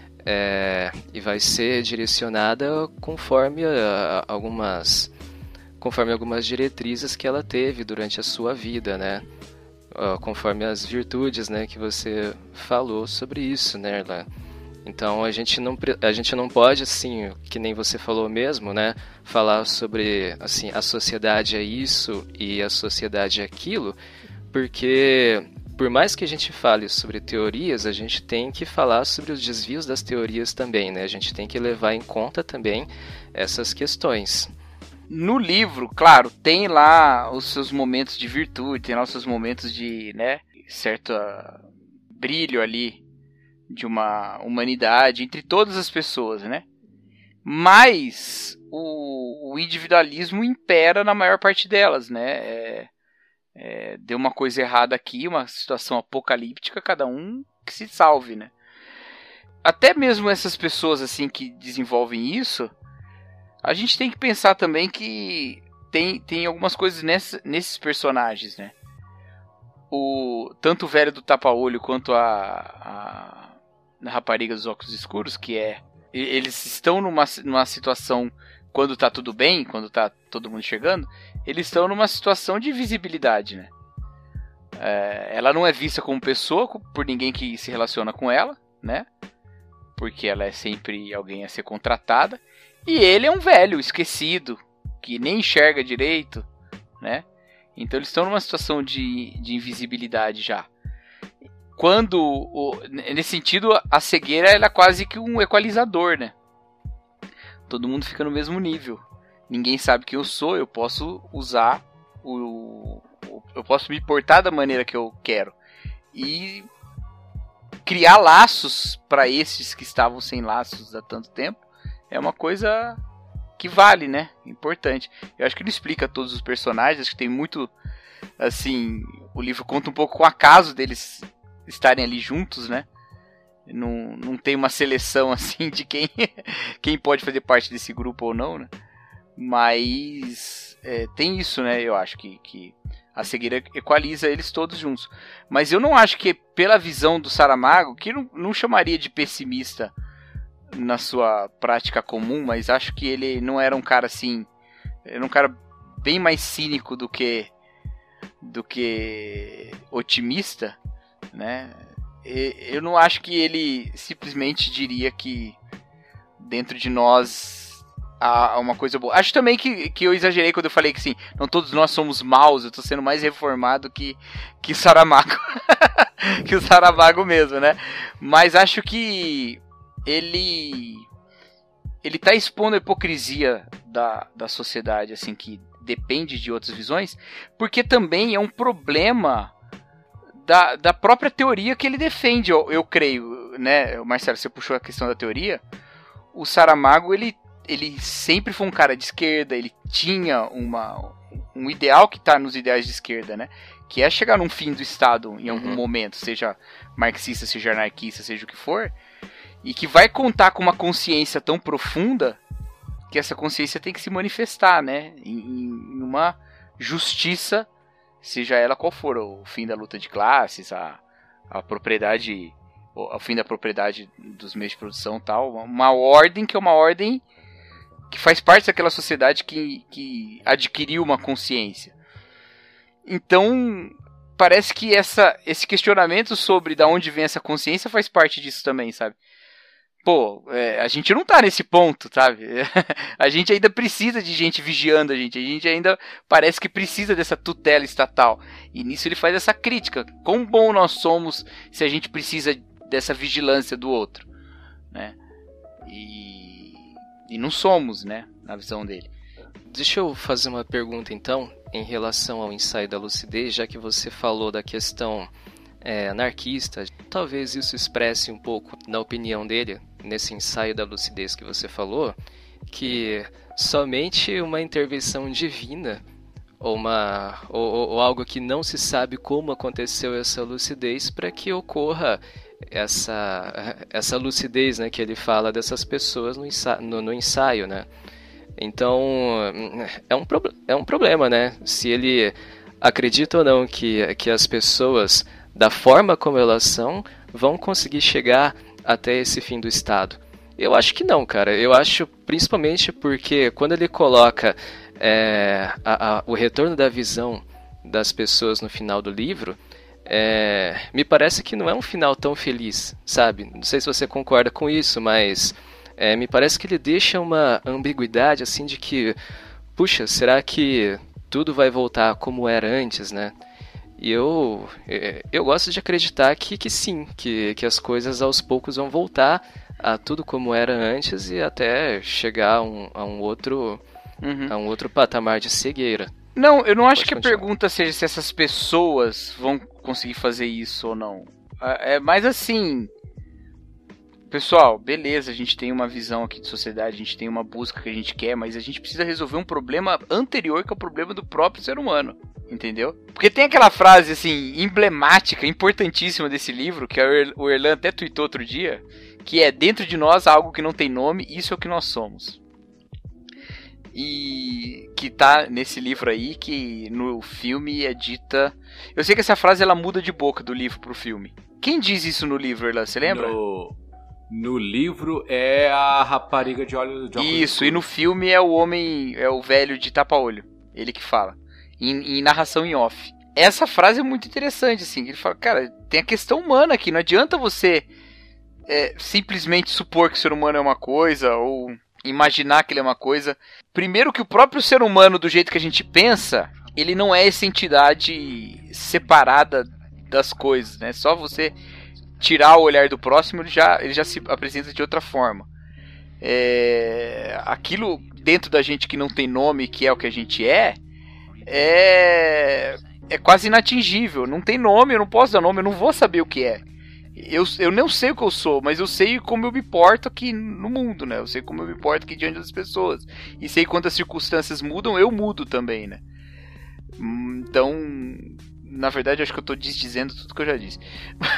ser direcionada conforme algumas diretrizes que ela teve durante a sua vida, né? Conforme as virtudes, né, que você falou sobre isso, né, Erlan? Então a gente não pode, assim, que nem você falou mesmo, né, falar sobre, assim, a sociedade é isso e a sociedade é aquilo, porque por mais que a gente fale sobre teorias, a gente tem que falar sobre os desvios das teorias também, né? A gente tem que levar em conta também essas questões. No livro, claro, tem lá os seus momentos de virtude, tem lá os seus momentos de, né, certo brilho ali, de uma humanidade entre todas as pessoas, né? Mas o individualismo impera na maior parte delas, né? Deu uma coisa errada aqui, uma situação apocalíptica, cada um que se salve, né? Até mesmo essas pessoas assim que desenvolvem isso, a gente tem que pensar também que tem algumas coisas nesses personagens, né? Tanto o velho do tapa-olho quanto a rapariga dos óculos escuros, que eles estão numa situação, quando tá tudo bem, quando tá todo mundo chegando, eles estão numa situação de visibilidade, né? Ela não é vista como pessoa por ninguém que se relaciona com ela, né? Porque ela é sempre alguém a ser contratada. E ele é um velho esquecido, que nem enxerga direito, né? Então eles estão numa situação de invisibilidade já. Nesse sentido, a cegueira ela é quase que um equalizador, né? Todo mundo fica no mesmo nível. ninguém sabe quem eu sou, eu posso usar eu posso me portar da maneira que eu quero. E criar laços para esses que estavam sem laços há tanto tempo é uma coisa que vale, né? Importante. Eu acho que ele explica todos os personagens, acho que tem muito, assim, o livro conta um pouco com o acaso deles estarem ali juntos, né? Não tem uma seleção, assim, de quem pode fazer parte desse grupo ou não, né? Mas tem isso, né? Eu acho que a cegueira equaliza eles todos juntos. Mas eu não acho que, pela visão do Saramago, que não chamaria de pessimista na sua prática comum, mas acho que ele não era um cara assim... Era um cara bem mais cínico do que otimista, né? Eu não acho que ele simplesmente diria que dentro de nós há uma coisa boa. Acho também que eu exagerei quando eu falei que, assim, não todos nós somos maus. Eu tô sendo mais reformado que Saramago. Que o Saramago mesmo, né? Mas acho que ele tá expondo a hipocrisia da sociedade, assim, que depende de outras visões, porque também é um problema da própria teoria que ele defende, eu creio, né? Marcelo, você puxou a questão da teoria. O Saramago, ele sempre foi um cara de esquerda, ele tinha um ideal que está nos ideais de esquerda, né? Que é chegar num fim do Estado em algum momento, seja marxista, seja anarquista, seja o que for, e que vai contar com uma consciência tão profunda que essa consciência tem que se manifestar, né? Em uma justiça, seja ela qual for, o fim da luta de classes, a propriedade, o fim da propriedade dos meios de produção e tal, uma ordem que é uma ordem que faz parte daquela sociedade que adquiriu uma consciência. Então, parece que esse questionamento sobre de onde vem essa consciência faz parte disso também, sabe? Pô, a gente não tá nesse ponto, sabe? A gente ainda precisa de gente vigiando a gente ainda parece que precisa dessa tutela estatal. E nisso ele faz essa crítica. Quão bom nós somos se a gente precisa dessa vigilância do outro, né? E não somos, né? Na visão dele. Deixa eu fazer uma pergunta, então, em relação ao ensaio da lucidez, já que você falou da questão anarquista. Talvez isso expresse um pouco, na opinião dele, nesse ensaio da lucidez que você falou, que somente uma intervenção divina ou algo que não se sabe como aconteceu essa lucidez para que ocorra essa lucidez, né, que ele fala dessas pessoas no ensaio, né? Então é um problema, né? Se ele acredita ou não que as pessoas, da forma como elas são, vão conseguir chegar até esse fim do Estado. Eu acho que não, cara. Eu acho principalmente porque quando ele coloca o retorno da visão das pessoas no final do livro, me parece que não é um final tão feliz, sabe? Não sei se você concorda com isso, mas me parece que ele deixa uma ambiguidade assim de que, puxa, será que tudo vai voltar como era antes, né? E eu gosto de acreditar que sim, que as coisas aos poucos vão voltar a tudo como era antes e até chegar a um outro patamar de cegueira. Não, eu não acho que a pergunta seja se essas pessoas vão conseguir fazer isso ou não. É mais assim, pessoal, beleza, a gente tem uma visão aqui de sociedade, a gente tem uma busca que a gente quer, mas a gente precisa resolver um problema anterior, que é o problema do próprio ser humano, entendeu? Porque tem aquela frase, assim, emblemática, importantíssima desse livro, que o Erlan até tweetou outro dia, que é: dentro de nós há algo que não tem nome, isso é o que nós somos. E que tá nesse livro aí, que no filme é dita... Eu sei que essa frase ela muda de boca do livro pro filme. Quem diz isso no livro, Erlan? Você lembra? No livro é a rapariga de óculos. Isso, e no filme é o velho de tapa-olho. Ele que fala. Em narração em off. Essa frase é muito interessante, assim. Ele fala, cara, tem a questão humana aqui. Não adianta você simplesmente supor que o ser humano é uma coisa, ou imaginar que ele é uma coisa. Primeiro que o próprio ser humano, do jeito que a gente pensa, ele não é essa entidade separada das coisas, né? Só você tirar o olhar do próximo, ele já se apresenta de outra forma. Aquilo dentro da gente que não tem nome, que é o que a gente é quase inatingível. Não tem nome, eu não posso dar nome, eu não vou saber o que é. Eu não sei o que eu sou, mas eu sei como eu me porto aqui no mundo, né? Eu sei como eu me porto aqui diante das pessoas. E sei quando as circunstâncias mudam, eu mudo também, né? Então, na verdade, acho que eu tô desdizendo tudo que eu já disse.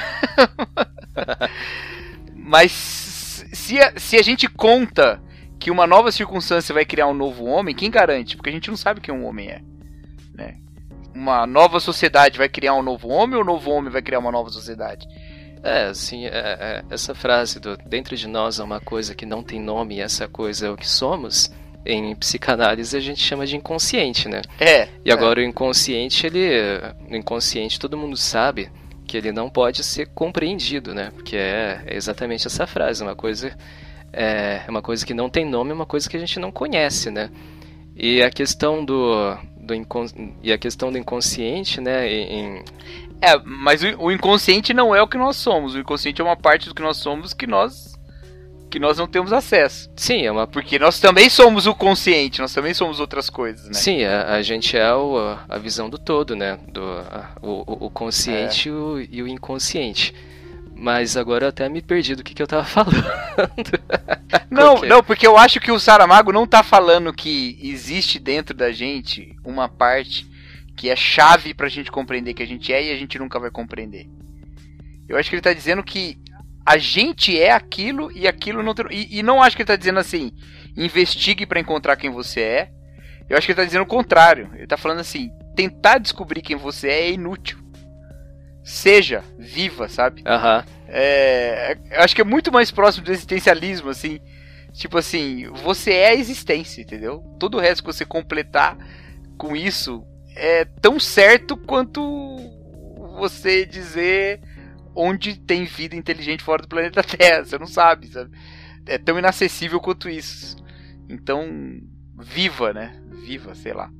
Mas se a gente conta que uma nova circunstância vai criar um novo homem, quem garante? Porque a gente não sabe quem um homem é, né? Uma nova sociedade vai criar um novo homem ou um novo homem vai criar uma nova sociedade? Assim, essa frase do dentro de nós é uma coisa que não tem nome e essa coisa é o que somos, em psicanálise a gente chama de inconsciente, né? E agora o inconsciente, no inconsciente todo mundo sabe que ele não pode ser compreendido, né? Porque é exatamente essa frase, uma coisa que não tem nome, é uma coisa que a gente não conhece, né? E a questão do inconsciente, né? Mas o inconsciente não é o que nós somos. O inconsciente é uma parte do que nós somos que nós não temos acesso. Sim, porque nós também somos o consciente, nós também somos outras coisas, né? Sim, a gente é a visão do todo, né? O consciente e o inconsciente. Mas agora eu até me perdi do que eu tava falando. Não, porque eu acho que o Saramago não tá falando que existe dentro da gente uma parte que é chave pra gente compreender que a gente é e a gente nunca vai compreender. Eu acho que ele tá dizendo que a gente é aquilo e aquilo não tem... E não acho que ele tá dizendo assim, investigue pra encontrar quem você é. Eu acho que ele tá dizendo o contrário. Ele tá falando assim, tentar descobrir quem você é inútil. Seja, viva, sabe? Eu acho que é muito mais próximo do existencialismo, assim. Tipo assim, você é a existência, entendeu? Todo o resto que você completar com isso é tão certo quanto você dizer onde tem vida inteligente fora do planeta Terra. Você não sabe? É tão inacessível quanto isso. Então, viva, né? Viva, sei lá.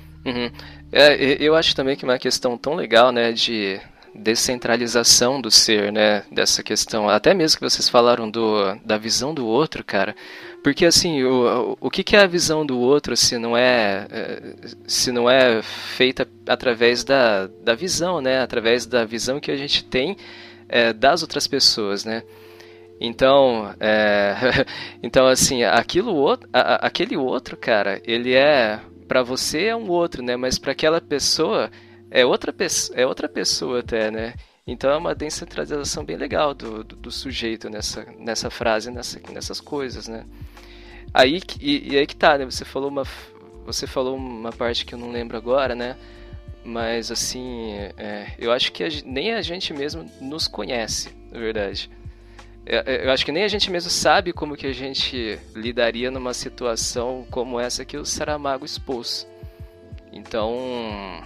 Eu acho também que uma questão tão legal, né, de descentralização do ser, né, dessa questão, até mesmo que vocês falaram da visão do outro, cara, porque assim, o que é a visão do outro se não é feita através da visão, né, através da visão que a gente tem das outras pessoas, né? Então, então assim, aquele outro, cara, ele pra você é um outro, né, mas pra aquela pessoa é outra pessoa até, né? Então é uma descentralização bem legal do sujeito nessa frase, nessas coisas, né? Aí que tá, né? Você falou uma parte que eu não lembro agora, né? Mas assim, eu acho que nem a gente mesmo nos conhece, na verdade. Eu acho que nem a gente mesmo sabe como que a gente lidaria numa situação como essa que o Saramago expôs. Então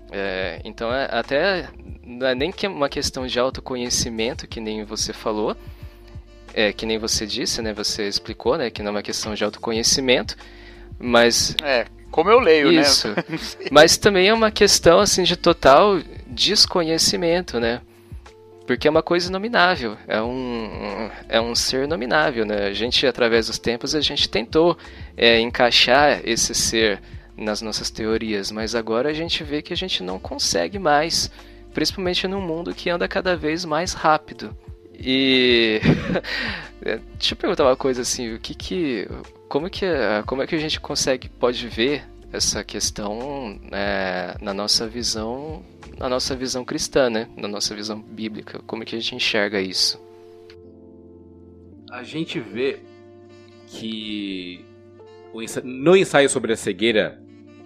até não é nem que uma questão de autoconhecimento, que nem você falou, que nem você disse, né? Você explicou, né? Que não é uma questão de autoconhecimento, mas... como eu leio, isso, né? Mas também é uma questão, assim, de total desconhecimento, né? Porque é uma coisa inominável, é um ser nominável, né? A gente, através dos tempos, a gente tentou encaixar esse ser nas nossas teorias, mas agora a gente vê que a gente não consegue mais, principalmente num mundo que anda cada vez mais rápido. E deixa eu perguntar uma coisa assim, como é que a gente pode ver essa questão na nossa visão cristã, né? Na nossa visão bíblica, como é que a gente enxerga isso? A gente vê que no ensaio sobre a cegueira,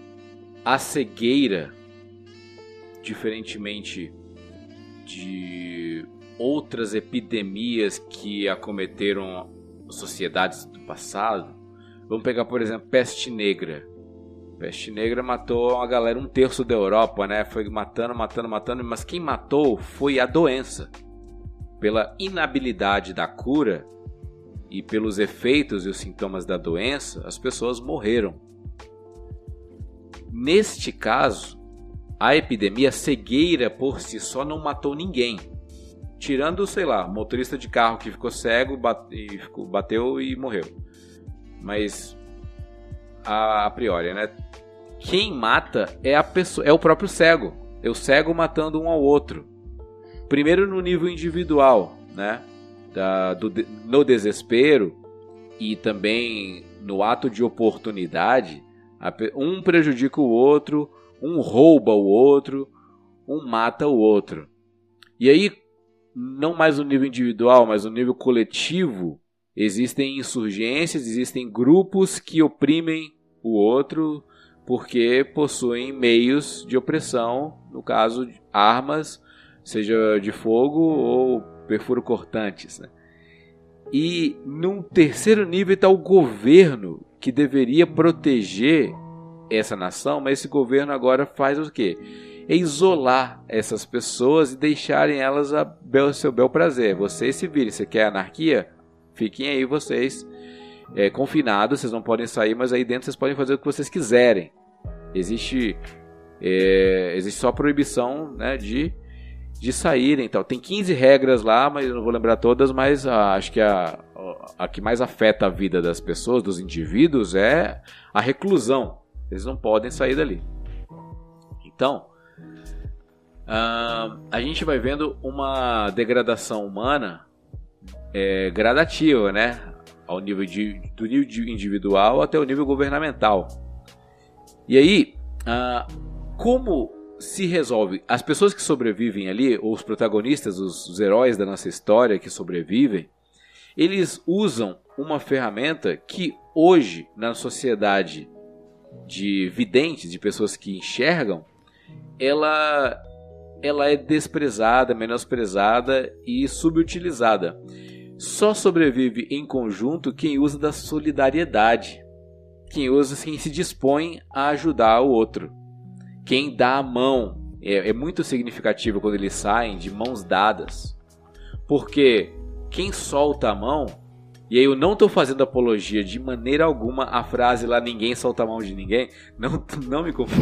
diferentemente de outras epidemias que acometeram sociedades do passado, vamos pegar, por exemplo, peste negra. Peste negra matou uma galera, 1/3 da Europa, né? Foi matando, mas quem matou foi a doença. Pela inabilidade da cura e pelos efeitos e os sintomas da doença, as pessoas morreram. Neste caso, a epidemia, a cegueira por si só não matou ninguém. Tirando, sei lá, o motorista de carro que ficou cego, bateu e morreu. Mas a priori, né? Quem mata é a pessoa, é o próprio cego. É o cego matando um ao outro. Primeiro no nível individual, né? No desespero e também no ato de oportunidade, um prejudica o outro, um rouba o outro, um mata o outro. E aí, não mais no nível individual, mas no nível coletivo, existem insurgências, existem grupos que oprimem o outro porque possuem meios de opressão, no caso, armas, seja de fogo ou perfuro-cortantes, né? E num terceiro nível está o governo, que deveria proteger essa nação, mas esse governo agora faz o quê? É isolar essas pessoas e deixarem elas a seu bel prazer. Vocês se virem, você quer anarquia? Fiquem aí vocês confinados, vocês não podem sair, mas aí dentro vocês podem fazer o que vocês quiserem. Existe só proibição, né, de saírem e tal. Tem 15 regras lá, mas eu não vou lembrar todas, mas acho que a que mais afeta a vida das pessoas, dos indivíduos, é a reclusão. Eles não podem sair dali. Então, a gente vai vendo uma degradação humana gradativa, né? Do nível individual até o nível governamental. E aí, como se resolve? As pessoas que sobrevivem ali, ou os protagonistas, os heróis da nossa história que sobrevivem, eles usam uma ferramenta que hoje, na sociedade de videntes, de pessoas que enxergam, ela é desprezada, menosprezada e subutilizada. Só sobrevive em conjunto quem usa da solidariedade, quem se dispõe a ajudar o outro, quem dá a mão. É muito significativo quando eles saem de mãos dadas, porque quem solta a mão, e aí eu não estou fazendo apologia de maneira alguma a frase lá, ninguém solta a mão de ninguém, não me confunda.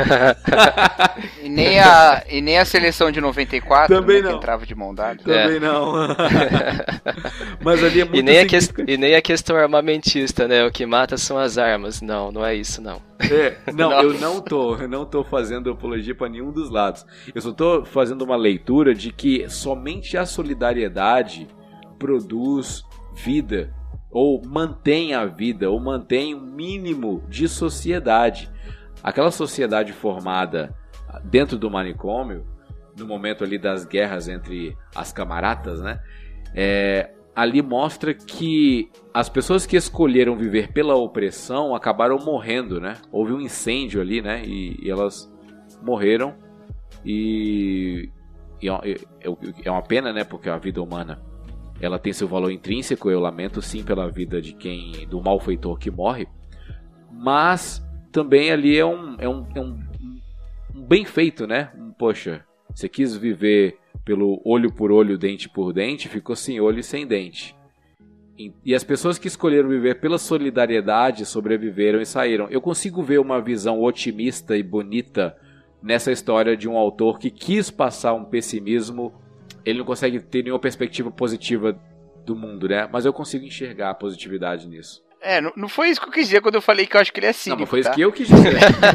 e nem a seleção de 94 também não. Que entrava de mão dada. Também não. Mas ali é muito e nem a questão armamentista, né? O que mata são as armas. Não é isso, não. Eu não tô fazendo apologia para nenhum dos lados. Eu só tô fazendo uma leitura de que somente a solidariedade produz vida, ou mantém a vida, ou mantém um mínimo de sociedade. Aquela sociedade formada dentro do manicômio, no momento ali das guerras entre as camaradas, né? Ali mostra que as pessoas que escolheram viver pela opressão acabaram morrendo, né? Houve um incêndio ali, né? E elas morreram. E é uma pena, né? Porque a vida humana, ela tem seu valor intrínseco. Eu lamento sim pela vida do malfeitor que morre, mas também ali é um bem feito, né? Poxa, você quis viver pelo olho por olho, dente por dente, ficou sem olho e sem dente. E as pessoas que escolheram viver pela solidariedade sobreviveram e saíram. Eu consigo ver uma visão otimista e bonita nessa história de um autor que quis passar um pessimismo. Ele não consegue ter nenhuma perspectiva positiva do mundo, né? Mas eu consigo enxergar a positividade nisso. Não foi isso que eu quis dizer quando eu falei que eu acho que ele é cínico. Não, mas foi isso que eu quis dizer.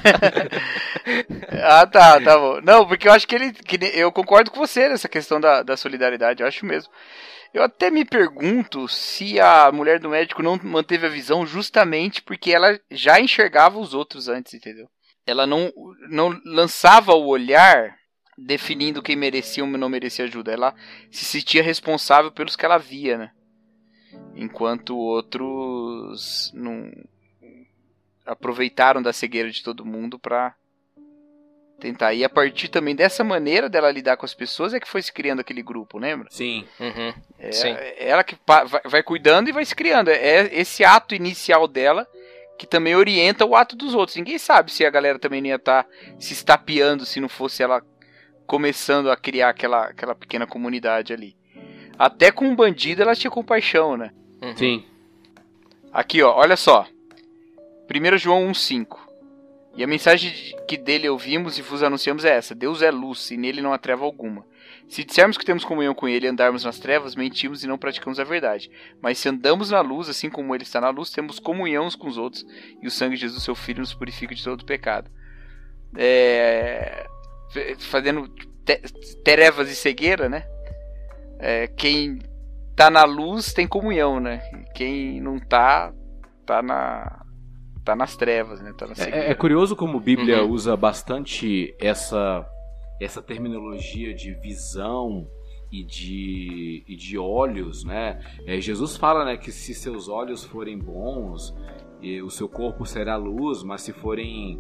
Tá bom. Não, porque eu acho que eu concordo com você nessa questão da solidariedade, eu acho mesmo. Eu até me pergunto se a mulher do médico não manteve a visão justamente porque ela já enxergava os outros antes, entendeu? Ela não lançava o olhar definindo quem merecia ou não merecia ajuda. Ela se sentia responsável pelos que ela via, né? Enquanto outros não aproveitaram da cegueira de todo mundo pra tentar. E a partir também dessa maneira dela lidar com as pessoas é que foi se criando aquele grupo, lembra? Sim. Uhum. Sim. Ela que vai cuidando e vai se criando. É esse ato inicial dela que também orienta o ato dos outros. Ninguém sabe se a galera também não ia estar se estapeando se não fosse ela começando a criar aquela pequena comunidade ali. Até com um bandido ela tinha compaixão, né? Uhum. Sim. Aqui, ó, olha só. 1 João 1,5. E a mensagem que dele ouvimos e vos anunciamos é essa: Deus é luz e nele não há treva alguma. Se dissermos que temos comunhão com ele e andarmos nas trevas, mentimos e não praticamos a verdade. Mas se andamos na luz, assim como ele está na luz, temos comunhão uns com os outros, e o sangue de Jesus, seu Filho, nos purifica de todo pecado. Fazendo trevas e cegueira, né? Quem tá na luz tem comunhão, né? Quem não tá nas trevas, né? Tá na cegueira. É curioso como a Bíblia usa bastante essa terminologia de visão e de olhos, né? Jesus fala, né, que se seus olhos forem bons, o seu corpo será luz, mas se forem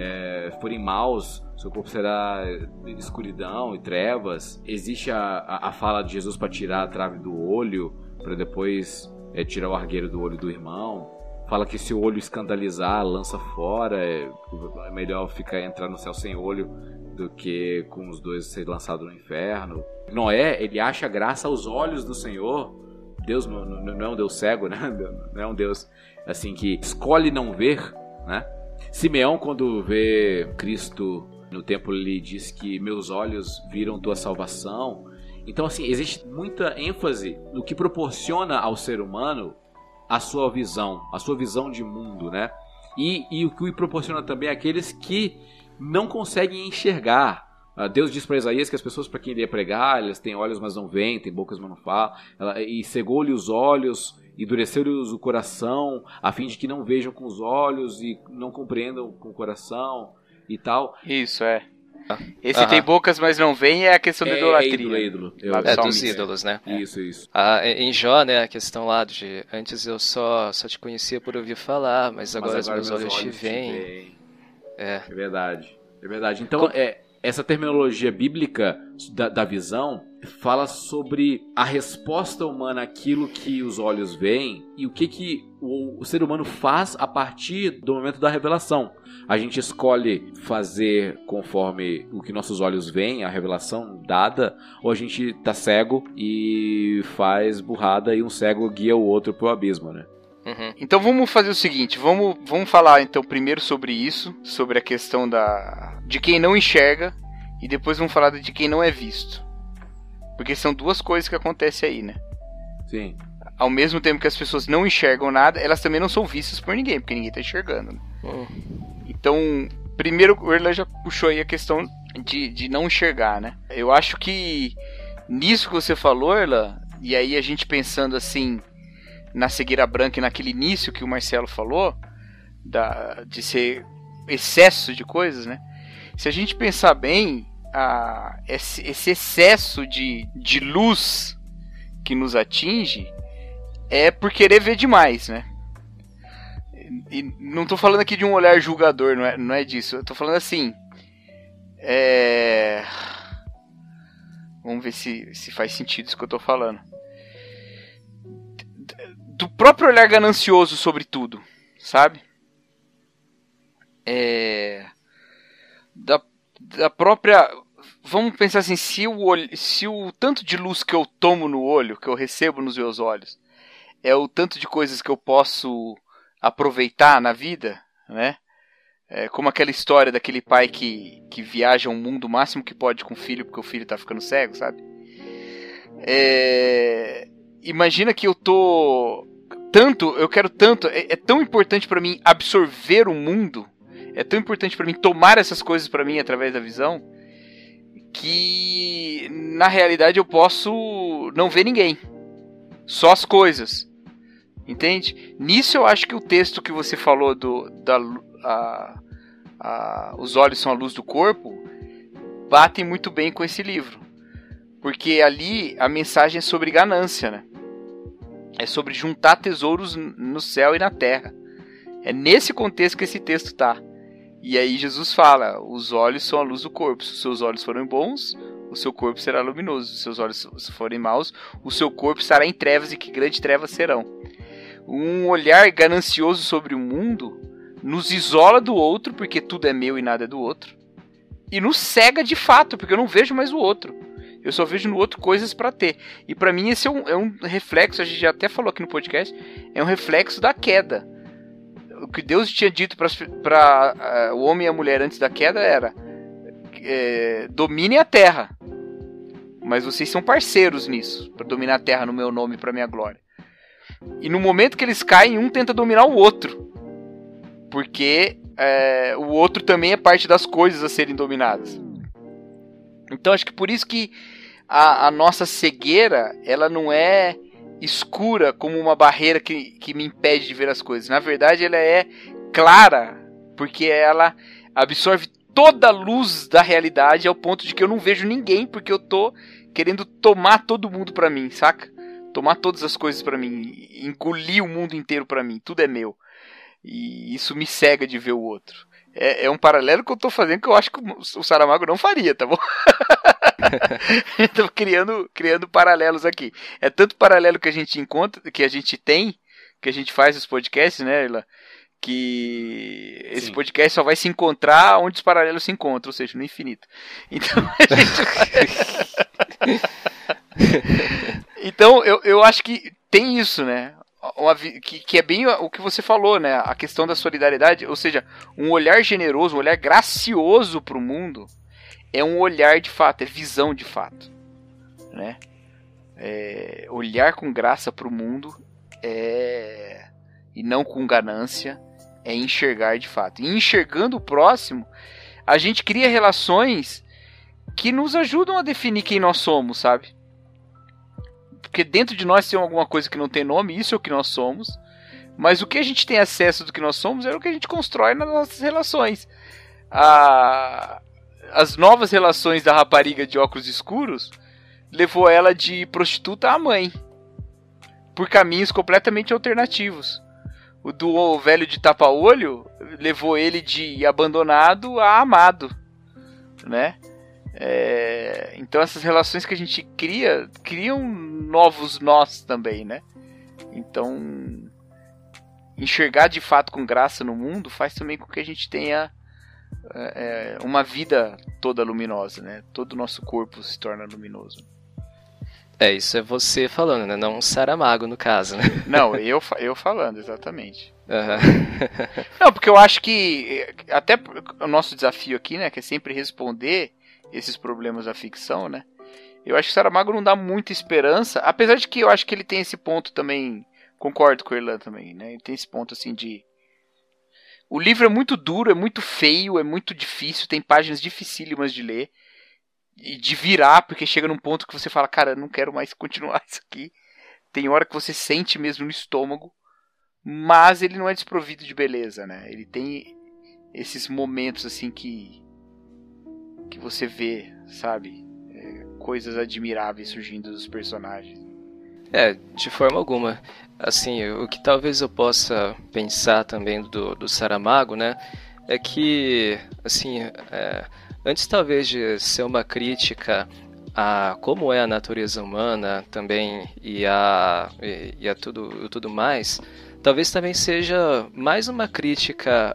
maus, seu corpo será escuridão e trevas. Existe a fala de Jesus para tirar a trave do olho, para depois tirar o argueiro do olho do irmão. Fala que se o olho escandalizar, lança fora, é melhor entrar no céu sem olho do que com os dois ser lançado no inferno. Noé, ele acha graça aos olhos do Senhor. Deus não é um Deus cego, né? Não é um Deus assim que escolhe não ver, né? Simeão, quando vê Cristo no templo, ele diz que meus olhos viram tua salvação. Então, assim, existe muita ênfase no que proporciona ao ser humano a sua visão de mundo, né? E o que proporciona também àqueles que não conseguem enxergar. Deus diz para Isaías que as pessoas para quem ele ia pregar, elas têm olhos mas não veem, têm bocas mas não falam, e cegou-lhe os olhos, endureceu-lhes o coração, a fim de que não vejam com os olhos e não compreendam com o coração e tal. Isso, Esse tem bocas mas não vem é a questão da idolatria. Ídolo. Dos ídolos, né? Isso. Em Jó, né, a questão lá de antes eu só te conhecia por ouvir falar, mas agora os meus olhos te veem. É verdade. Então, essa terminologia bíblica da visão fala sobre a resposta humana àquilo que os olhos veem e o que o ser humano faz a partir do momento da revelação. A gente escolhe fazer conforme o que nossos olhos veem, a revelação dada, ou a gente tá cego e faz burrada e um cego guia o outro pro abismo, né? Então vamos fazer o seguinte, vamos falar então primeiro sobre isso, sobre a questão de quem não enxerga, e depois vamos falar de quem não é visto. Porque são duas coisas que acontecem aí, né? Sim. Ao mesmo tempo que as pessoas não enxergam nada, elas também não são vistas por ninguém, porque ninguém tá enxergando, né? Então, primeiro o Erlan já puxou aí a questão de não enxergar, né? Eu acho que nisso que você falou, Erlan, e aí a gente pensando assim na cegueira branca e naquele início que o Marcelo falou, de ser excesso de coisas, né? Se a gente pensar bem, esse excesso de luz que nos atinge é por querer ver demais, né? E não tô falando aqui de um olhar julgador, não é disso. Eu tô falando assim, vamos ver se faz sentido isso que eu tô falando. Do próprio olhar ganancioso sobre tudo, sabe? Da própria... Vamos pensar assim, se o tanto de luz que eu tomo no olho, que eu recebo nos meus olhos, é o tanto de coisas que eu posso aproveitar na vida, né? Como aquela história daquele pai que viaja o mundo o máximo que pode com o filho, porque o filho tá ficando cego, sabe? Imagina que eu quero tanto, é tão importante para mim absorver o mundo, é tão importante para mim tomar essas coisas para mim através da visão, que na realidade eu posso não ver ninguém, só as coisas, entende? Nisso eu acho que o texto que você falou os olhos são a luz do corpo, batem muito bem com esse livro, porque ali a mensagem é sobre ganância, né? É sobre juntar tesouros no céu e na terra. É nesse contexto que esse texto tá. E aí Jesus fala, os olhos são a luz do corpo. Se os seus olhos forem bons, o seu corpo será luminoso. Se os seus olhos forem maus, o seu corpo estará em trevas, e que grandes trevas serão. Um olhar ganancioso sobre o mundo nos isola do outro, porque tudo é meu e nada é do outro. E nos cega de fato, porque eu não vejo mais o outro. Eu só vejo no outro coisas para ter. E para mim esse é um reflexo, a gente já até falou aqui no podcast, é um reflexo da queda. O que Deus tinha dito para o homem e a mulher antes da queda era domine a terra. mas vocês são parceiros nisso, pra dominar a Terra no meu nome e pra minha glória. E no momento que eles caem, um tenta dominar o outro, porque o outro também é parte das coisas a serem dominadas. Então acho que por isso que a nossa cegueira, ela não é escura como uma barreira que me impede de ver as coisas. Na verdade, ela é clara, porque ela absorve toda a luz da realidade ao ponto de que eu não vejo ninguém, porque eu tô querendo tomar todo mundo pra mim, saca? Tomar todas as coisas pra mim, engolir o mundo inteiro pra mim, tudo é meu. E isso me cega de ver o outro. É um paralelo que eu tô fazendo que eu acho que o Saramago não faria, tá bom? Tô criando paralelos aqui. É tanto paralelo que a gente encontra, que a gente tem, que a gente faz os podcasts, né, Irlan? Que esse Sim. podcast só vai se encontrar onde os paralelos se encontram, ou seja, no infinito. Então a gente Então eu acho que tem isso, né? Que é bem o que você falou, né? A questão da solidariedade, ou seja, um olhar generoso, um olhar gracioso para o mundo é um olhar de fato, é visão de fato, né? Olhar com graça para o mundo e não com ganância é enxergar de fato. E enxergando o próximo, a gente cria relações que nos ajudam a definir quem nós somos, sabe? Porque dentro de nós tem alguma coisa que não tem nome, isso é o que nós somos. Mas o que a gente tem acesso do que nós somos é o que a gente constrói nas nossas relações. As novas relações da rapariga de óculos escuros levou ela de prostituta a mãe, por caminhos completamente alternativos. O do velho de tapa-olho levou ele de abandonado a amado, né? Então essas relações que a gente criam novos nós também, né? Então enxergar de fato com graça no mundo faz também com que a gente tenha uma vida toda luminosa, né? Todo o nosso corpo se torna luminoso. Isso é você falando, né? Não um Saramago, no caso, né? Não, eu falando, exatamente. Uhum. Não, porque eu acho que até o nosso desafio aqui, né? Que é sempre responder esses problemas da ficção, né? Eu acho que Saramago não dá muita esperança, apesar de que eu acho que ele tem esse ponto também, concordo com o Irlan também, né? Ele tem esse ponto assim de... O livro é muito duro, é muito feio, é muito difícil, tem páginas dificílimas de ler e de virar, porque chega num ponto que você fala, cara, eu não quero mais continuar isso aqui. Tem hora que você sente mesmo no estômago, mas ele não é desprovido de beleza, né? Ele tem esses momentos assim que você vê, sabe? Coisas admiráveis surgindo dos personagens. De forma alguma. Assim, o que talvez eu possa pensar também do Saramago, né? É que, assim, antes talvez de ser uma crítica a como é a natureza humana também e a tudo mais, talvez também seja mais uma crítica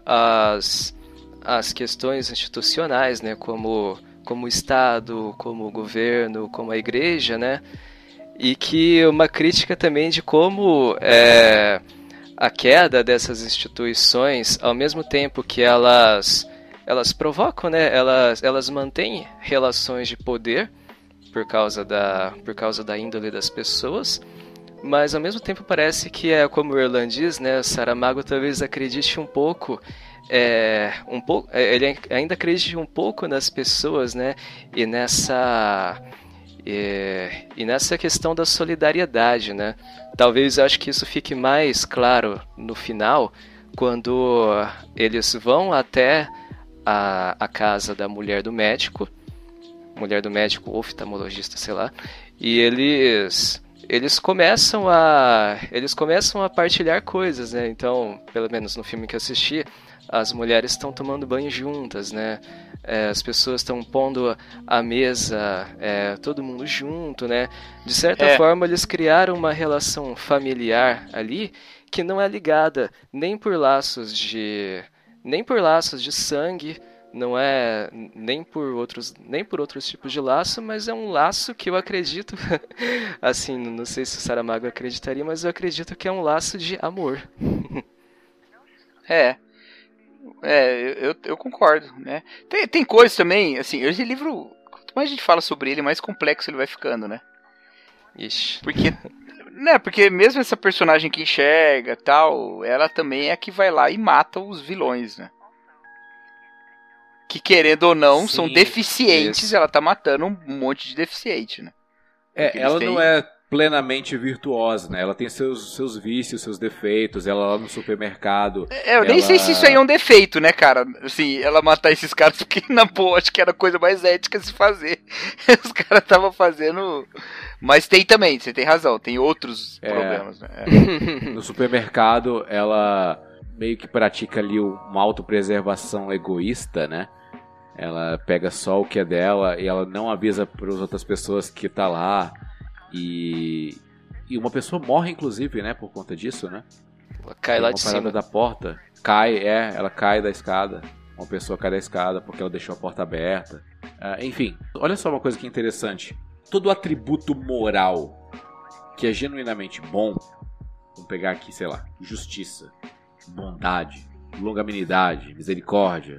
às questões institucionais, né? Como o Estado, como o governo, como a igreja, né? E que uma crítica também de como a queda dessas instituições, ao mesmo tempo que elas provocam, né? Elas mantêm relações de poder por causa da índole das pessoas, mas ao mesmo tempo parece que como o Irlan diz, né? Saramago talvez acredite um pouco, ele ainda acredita um pouco nas pessoas, né? E nessa questão da solidariedade, né? Talvez eu acho que isso fique mais claro no final, quando eles vão até a casa da mulher do médico oftalmologista, sei lá, e eles começam a partilhar coisas, né? Então, pelo menos no filme que eu assisti, as mulheres estão tomando banho juntas, né? As pessoas estão pondo a mesa, todo mundo junto, né? De certa forma, eles criaram uma relação familiar ali que não é ligada nem por laços de sangue, não é nem por outros tipos de laço, mas é um laço que eu acredito, assim, não sei se o Saramago acreditaria, mas eu acredito que é um laço de amor. Eu concordo, né? Tem coisas também, assim, esse livro, quanto mais a gente fala sobre ele, mais complexo ele vai ficando, né? Ixi. Porque mesmo essa personagem que enxerga tal, ela também é a que vai lá e mata os vilões, né? Que querendo ou não, são deficientes, ela tá matando um monte de deficiente, né? Ela não é plenamente virtuosa, né? Ela tem seus vícios, seus defeitos, ela lá no supermercado... Eu nem sei se isso aí é um defeito, né, cara? Assim, ela matar esses caras, porque na boa, acho que era a coisa mais ética se fazer. Os caras estavam fazendo... Mas tem também, você tem razão, tem outros problemas, né? No supermercado, ela meio que pratica ali uma autopreservação egoísta, né? Ela pega só o que é dela e ela não avisa para as outras pessoas que tá lá. E uma pessoa morre, inclusive, né? Por conta disso, né? Ela cai lá de cima da porta. Ela cai da escada. Uma pessoa cai da escada porque ela deixou a porta aberta. Enfim, olha só uma coisa que é interessante. Todo atributo moral que é genuinamente bom, vamos pegar aqui, sei lá, justiça, bondade, longanimidade, misericórdia,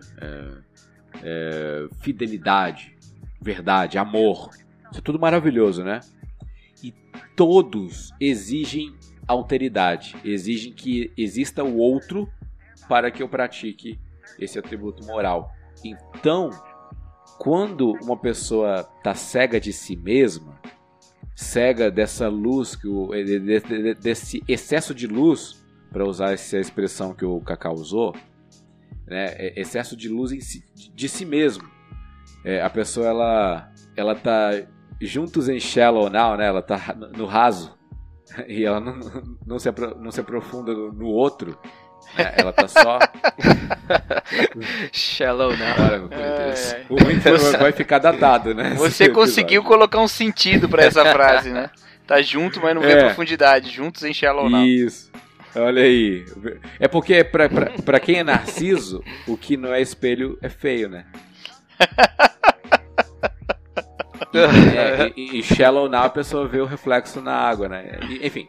fidelidade, verdade, amor. Isso é tudo maravilhoso, né? E todos exigem alteridade, exigem que exista o outro para que eu pratique esse atributo moral. Então, quando uma pessoa está cega de si mesma, cega dessa luz, desse excesso de luz, para usar essa expressão que o Kaká usou, né, excesso de luz de si mesmo. A pessoa ela tá juntos em shallow now, né? Ela tá no raso e ela não se aprofunda no outro. Ela tá só shallow now. Olha, meu Deus. O Winter vai ficar datado, né? Você conseguiu colocar um sentido pra essa frase, né? Tá junto, mas não vê profundidade. Juntos em shallow now. Isso. Olha aí. É porque pra quem é narciso, o que não é espelho é feio, né? E shallow now a pessoa vê o reflexo na água, né? Enfim.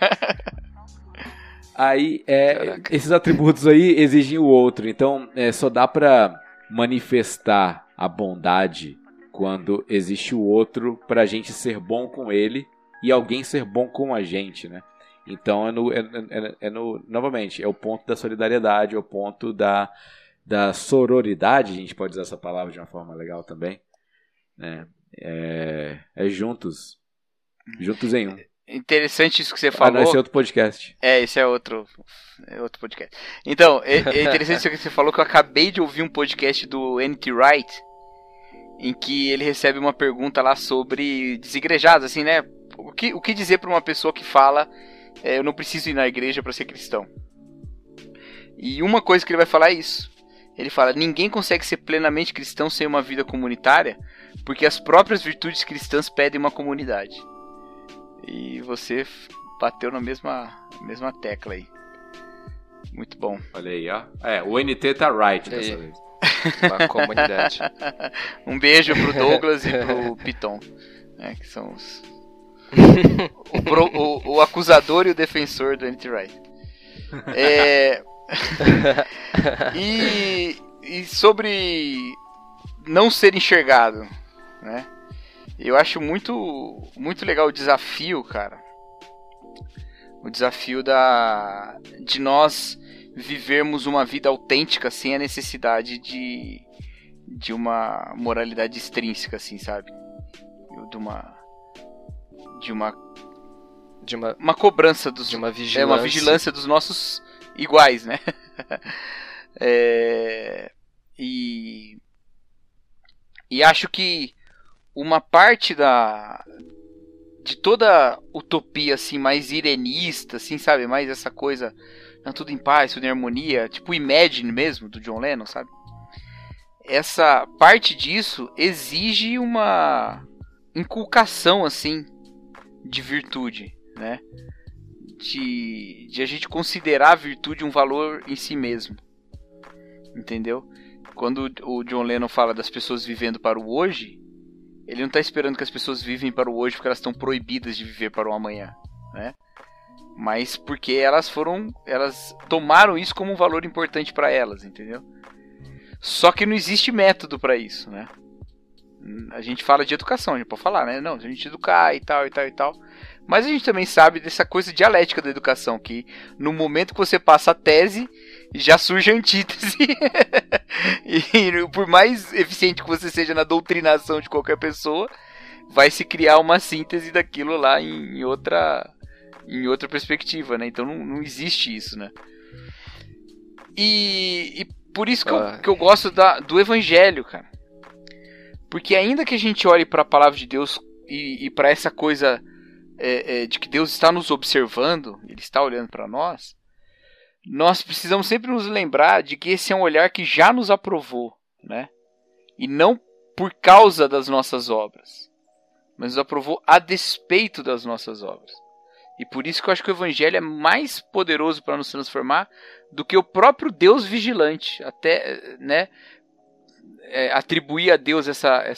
Aí, esses atributos aí exigem o outro. Então, só dá pra manifestar a bondade quando existe o outro pra gente ser bom com ele e alguém ser bom com a gente, né? Então, novamente, é o ponto da solidariedade, é o ponto da sororidade, a gente pode usar essa palavra de uma forma legal também, né? Juntos em um. Interessante isso que você falou. Não, esse é outro podcast. Esse é outro podcast. Então, é interessante isso que você falou, que eu acabei de ouvir um podcast do N.T. Wright, em que ele recebe uma pergunta lá sobre desigrejados, assim, né? O que dizer para uma pessoa que fala eu não preciso ir na igreja para ser cristão? E uma coisa que ele vai falar é isso. Ele fala, ninguém consegue ser plenamente cristão sem uma vida comunitária, porque as próprias virtudes cristãs pedem uma comunidade. E você bateu na mesma tecla aí. Muito bom. Olha aí, ó. O NT tá right dessa vez. Uma comunidade. Um beijo pro Douglas e pro Piton, que são os... o acusador e o defensor do NT Wright. E sobre não ser enxergado, né? Eu acho muito, muito legal o desafio, cara. O desafio de nós vivermos uma vida autêntica sem a necessidade de uma moralidade extrínseca, assim, sabe? De uma cobrança de uma vigilância. Uma vigilância dos nossos iguais, né? E acho que uma parte de toda utopia assim mais irenista, assim, sabe, mais essa coisa, tudo em paz, tudo em harmonia, tipo Imagine mesmo do John Lennon, sabe? Essa parte disso exige uma inculcação assim de virtude, né? De a gente considerar a virtude um valor em si mesmo, entendeu? Quando o John Lennon fala das pessoas vivendo para o hoje, ele não está esperando que as pessoas vivem para o hoje porque elas estão proibidas de viver para o amanhã, né? Mas porque elas tomaram isso como um valor importante para elas, entendeu? Só que não existe método para isso, né? A gente fala de educação, a gente pode falar, né? Não, a gente educar e tal, e tal, e tal. Mas a gente também sabe dessa coisa dialética da educação, que no momento que você passa a tese, já surge a antítese. E por mais eficiente que você seja na doutrinação de qualquer pessoa, vai se criar uma síntese daquilo lá em outra perspectiva, né? Então não existe isso, né? E por isso que eu gosto do Evangelho, cara. Porque ainda que a gente olhe para a palavra de Deus e para essa coisa de que Deus está nos observando, Ele está olhando para nós, nós precisamos sempre nos lembrar de que esse é um olhar que já nos aprovou, né? E não por causa das nossas obras, mas nos aprovou a despeito das nossas obras. E por isso que eu acho que o Evangelho é mais poderoso para nos transformar do que o próprio Deus vigilante. Até, né, atribuir a Deus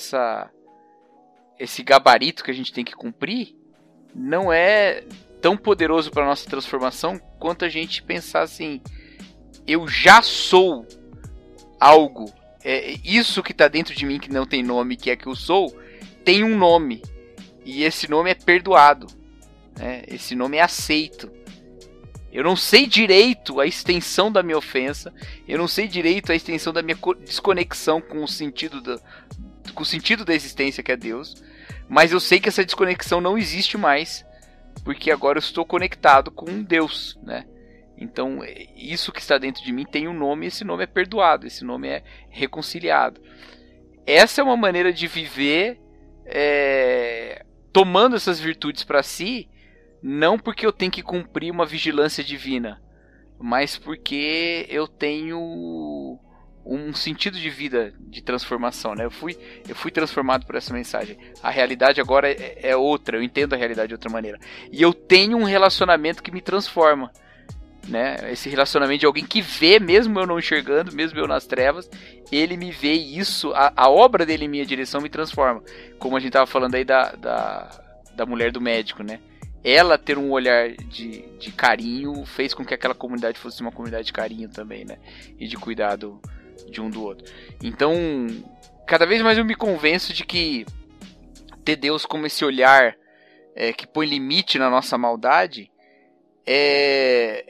esse gabarito que a gente tem que cumprir não é tão poderoso para a nossa transformação quanto a gente pensar assim: eu já sou algo. Isso que está dentro de mim que não tem nome, que é que eu sou, tem um nome. E esse nome é perdoado. Esse nome é aceito. Eu não sei direito a extensão da minha ofensa. Eu não sei direito a extensão da minha desconexão com o sentido da existência, que é Deus. Mas eu sei que essa desconexão não existe mais, porque agora eu estou conectado com Deus, né? Então isso que está dentro de mim tem um nome, e esse nome é perdoado, esse nome é reconciliado. Essa é uma maneira de viver tomando essas virtudes para si, não porque eu tenho que cumprir uma vigilância divina, mas porque eu tenho um sentido de vida, de transformação, né? Eu fui transformado por essa mensagem. A realidade agora é outra, eu entendo a realidade de outra maneira. E eu tenho um relacionamento que me transforma, né? Esse relacionamento de alguém que vê, mesmo eu não enxergando, mesmo eu nas trevas, ele me vê, e isso, a obra dele em minha direção me transforma. Como a gente estava falando aí da mulher do médico, né? Ela ter um olhar de carinho fez com que aquela comunidade fosse uma comunidade de carinho também, né? E de cuidado de um do outro. Então, cada vez mais eu me convenço de que ter Deus como esse olhar que põe limite na nossa maldade é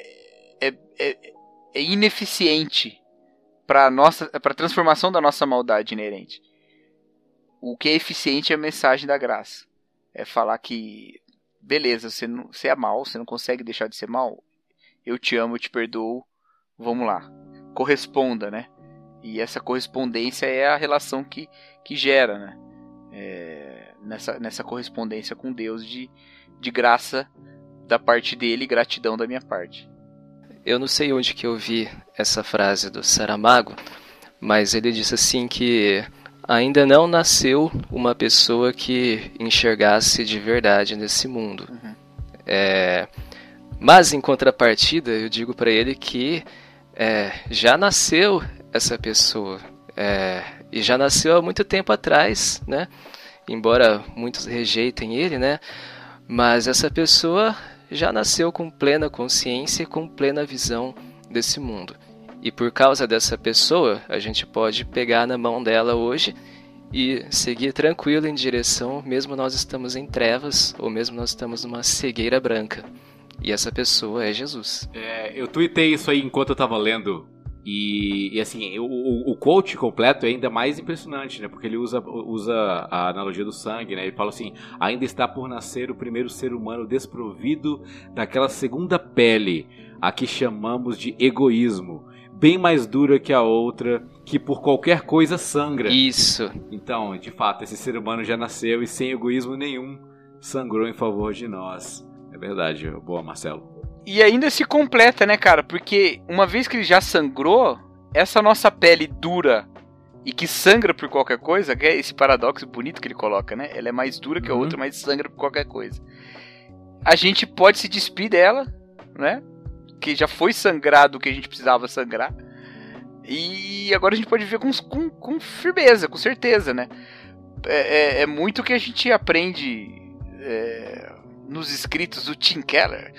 ineficiente para a transformação da nossa maldade inerente. O que é eficiente é a mensagem da graça. É falar que, beleza, você é mal, você não consegue deixar de ser mal. Eu te amo, eu te perdoo, vamos lá. Corresponda, né? E essa correspondência é a relação que gera, né? Nessa correspondência com Deus de graça da parte dele e gratidão da minha parte. Eu não sei onde que eu vi essa frase do Saramago, mas ele disse assim que ainda não nasceu uma pessoa que enxergasse de verdade nesse mundo. Uhum. Mas em contrapartida, eu digo para ele que já nasceu essa pessoa, e já nasceu há muito tempo atrás, né? Embora muitos rejeitem ele, né? Mas essa pessoa já nasceu com plena consciência e com plena visão desse mundo. E por causa dessa pessoa, a gente pode pegar na mão dela hoje e seguir tranquilo em direção, mesmo nós estamos em trevas, ou mesmo nós estamos numa cegueira branca. E essa pessoa é Jesus. Eu tuitei isso aí enquanto eu estava lendo. E assim, o quote completo é ainda mais impressionante, né? Porque ele usa a analogia do sangue, né? Ele fala assim: ainda está por nascer o primeiro ser humano desprovido daquela segunda pele, a que chamamos de egoísmo, bem mais dura que a outra, que por qualquer coisa sangra. Isso. Então, de fato, esse ser humano já nasceu e sem egoísmo nenhum sangrou em favor de nós. É verdade. Boa, Marcelo. E ainda se completa, né, cara? Porque uma vez que ele já sangrou, essa nossa pele dura e que sangra por qualquer coisa, que é esse paradoxo bonito que ele coloca, né? Ela é mais dura que a outra, mas sangra por qualquer coisa. A gente pode se despir dela, né? Que já foi sangrado o que a gente precisava sangrar. E agora a gente pode viver com firmeza, com certeza, né? É muito que a gente aprende nos escritos do Tim Keller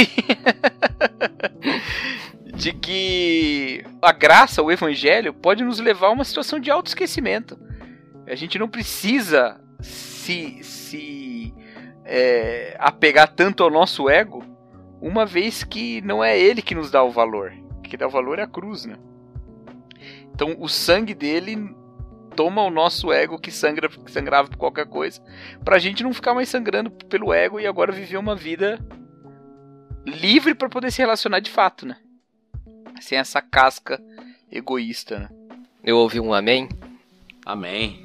de que a graça, o evangelho, pode nos levar a uma situação de autoesquecimento. A gente não precisa se apegar tanto ao nosso ego, uma vez que não é ele que nos dá o valor. Que dá o valor é a cruz, né? Então o sangue dele toma o nosso ego que sangrava por qualquer coisa, pra gente não ficar mais sangrando pelo ego e agora viver uma vida livre pra poder se relacionar de fato, né? Sem essa casca egoísta, né? Eu ouvi um amém? Amém.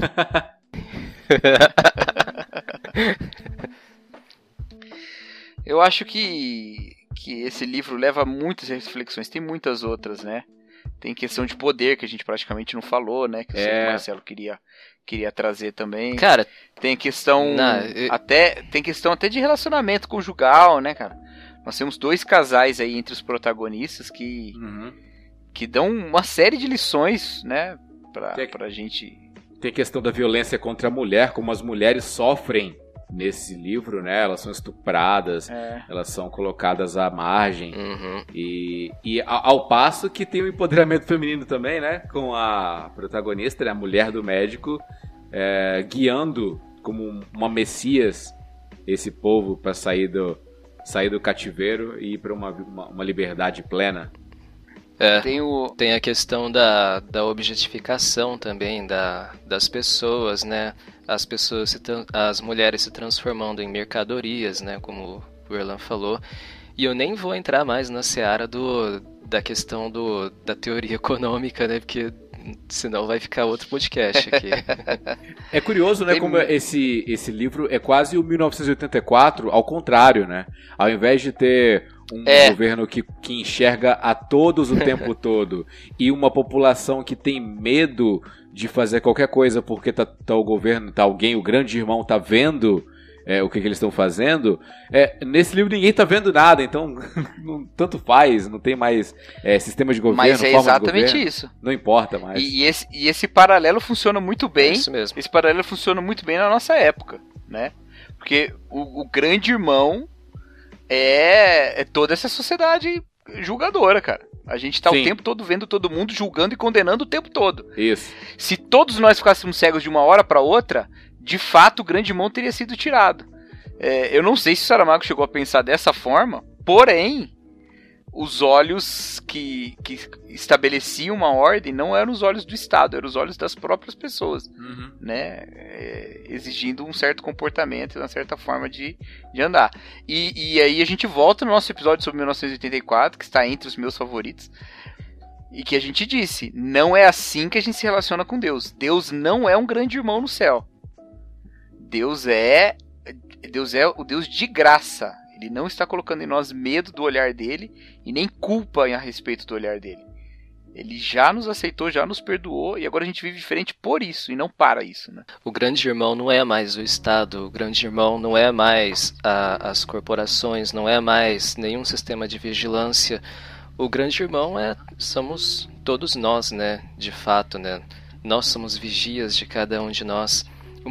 Eu acho que esse livro leva muitas reflexões, tem muitas outras, né? Tem questão de poder, que a gente praticamente não falou, né? Que o Marcelo queria trazer também. Cara, tem questão tem questão até de relacionamento conjugal, né, cara? Nós temos 2 casais aí entre os protagonistas que dão uma série de lições, né? Pra gente... Tem a questão da violência contra a mulher, como as mulheres sofrem nesse livro, né? Elas são estupradas, elas são colocadas à margem. E ao passo que tem o empoderamento feminino também, né? Com a protagonista, né? A mulher do médico, guiando como uma messias esse povo para sair do cativeiro e ir para uma liberdade plena. Tem a questão da objetificação também das pessoas, né? As mulheres se transformando em mercadorias, né? Como o Erlan falou. E eu nem vou entrar mais na seara da questão da teoria econômica, né? Porque senão vai ficar outro podcast aqui. É curioso, né? Como esse livro é quase o 1984, ao contrário, né? Ao invés de ter um governo que enxerga a todos o tempo todo e uma população que tem medo de fazer qualquer coisa porque tá o governo, tá alguém, o grande irmão tá vendo o que eles estão fazendo, nesse livro ninguém tá vendo nada, então tanto faz, não tem mais sistema de governo, mas é exatamente isso. Não importa mais. E esse paralelo funciona muito bem. É isso mesmo. Esse paralelo funciona muito bem na nossa época, né? Porque o grande irmão é toda essa sociedade julgadora, cara. A gente tá o tempo todo vendo todo mundo julgando e condenando o tempo todo. Isso. Se todos nós ficássemos cegos de uma hora para outra, de fato o grande irmão teria sido tirado. Eu não sei se o Saramago chegou a pensar dessa forma, porém, os olhos que estabeleciam uma ordem não eram os olhos do Estado, eram os olhos das próprias pessoas, né? Exigindo um certo comportamento e uma certa forma de andar. E aí a gente volta no nosso episódio sobre 1984, que está entre os meus favoritos, e que a gente disse, não é assim que a gente se relaciona com Deus. Deus não é um grande irmão no céu. Deus é o Deus de graça. Ele não está colocando em nós medo do olhar dele e nem culpa a respeito do olhar dele. Ele já nos aceitou, já nos perdoou e agora a gente vive diferente por isso e não para isso, né? O grande irmão não é mais o Estado, o grande irmão não é mais as corporações, não é mais nenhum sistema de vigilância. O grande irmão somos todos nós, né? De fato, né? Nós somos vigias de cada um de nós.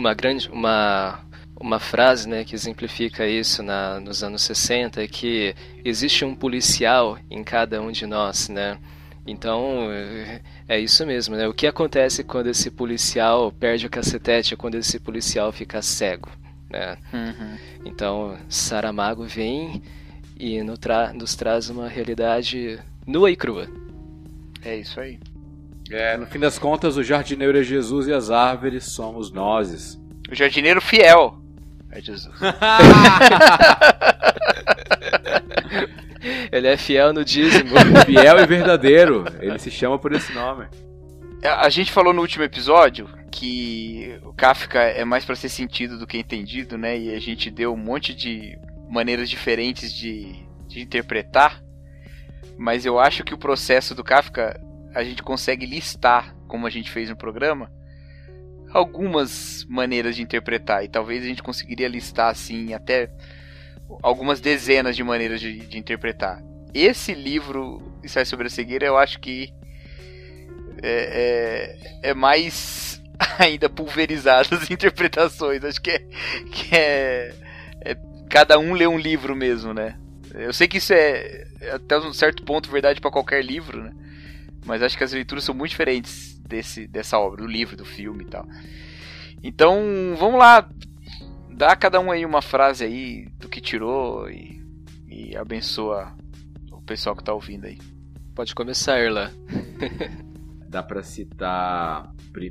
Uma frase, né, que exemplifica isso nos anos 60 é que existe um policial em cada um de nós, né? Então, é isso mesmo, né? O que acontece quando esse policial perde o cacetete ou quando esse policial fica cego, né? Então, Saramago vem e nos traz uma realidade nua e crua. É isso aí. No fim das contas, o jardineiro é Jesus e as árvores somos nós. O jardineiro fiel é Jesus. Ele é fiel no dízimo. Fiel e verdadeiro. Ele se chama por esse nome. A gente falou no último episódio que o Kafka é mais para ser sentido do que entendido, né? E a gente deu um monte de maneiras diferentes de interpretar. Mas eu acho que o processo do Kafka a gente consegue listar, como a gente fez no programa, algumas maneiras de interpretar, e talvez a gente conseguiria listar assim até algumas dezenas de maneiras de interpretar. Esse livro, Ensaio sobre a Cegueira, eu acho que é mais ainda pulverizado as interpretações. Acho que cada um lê um livro mesmo, né? Eu sei que isso é até um certo ponto verdade para qualquer livro, né? mas acho que as leituras são muito diferentes dessa obra, do livro, do filme e tal. Então, vamos lá, dá a cada um aí uma frase aí do que tirou e abençoa o pessoal que tá ouvindo aí. Pode começar, Erla. Dá pra citar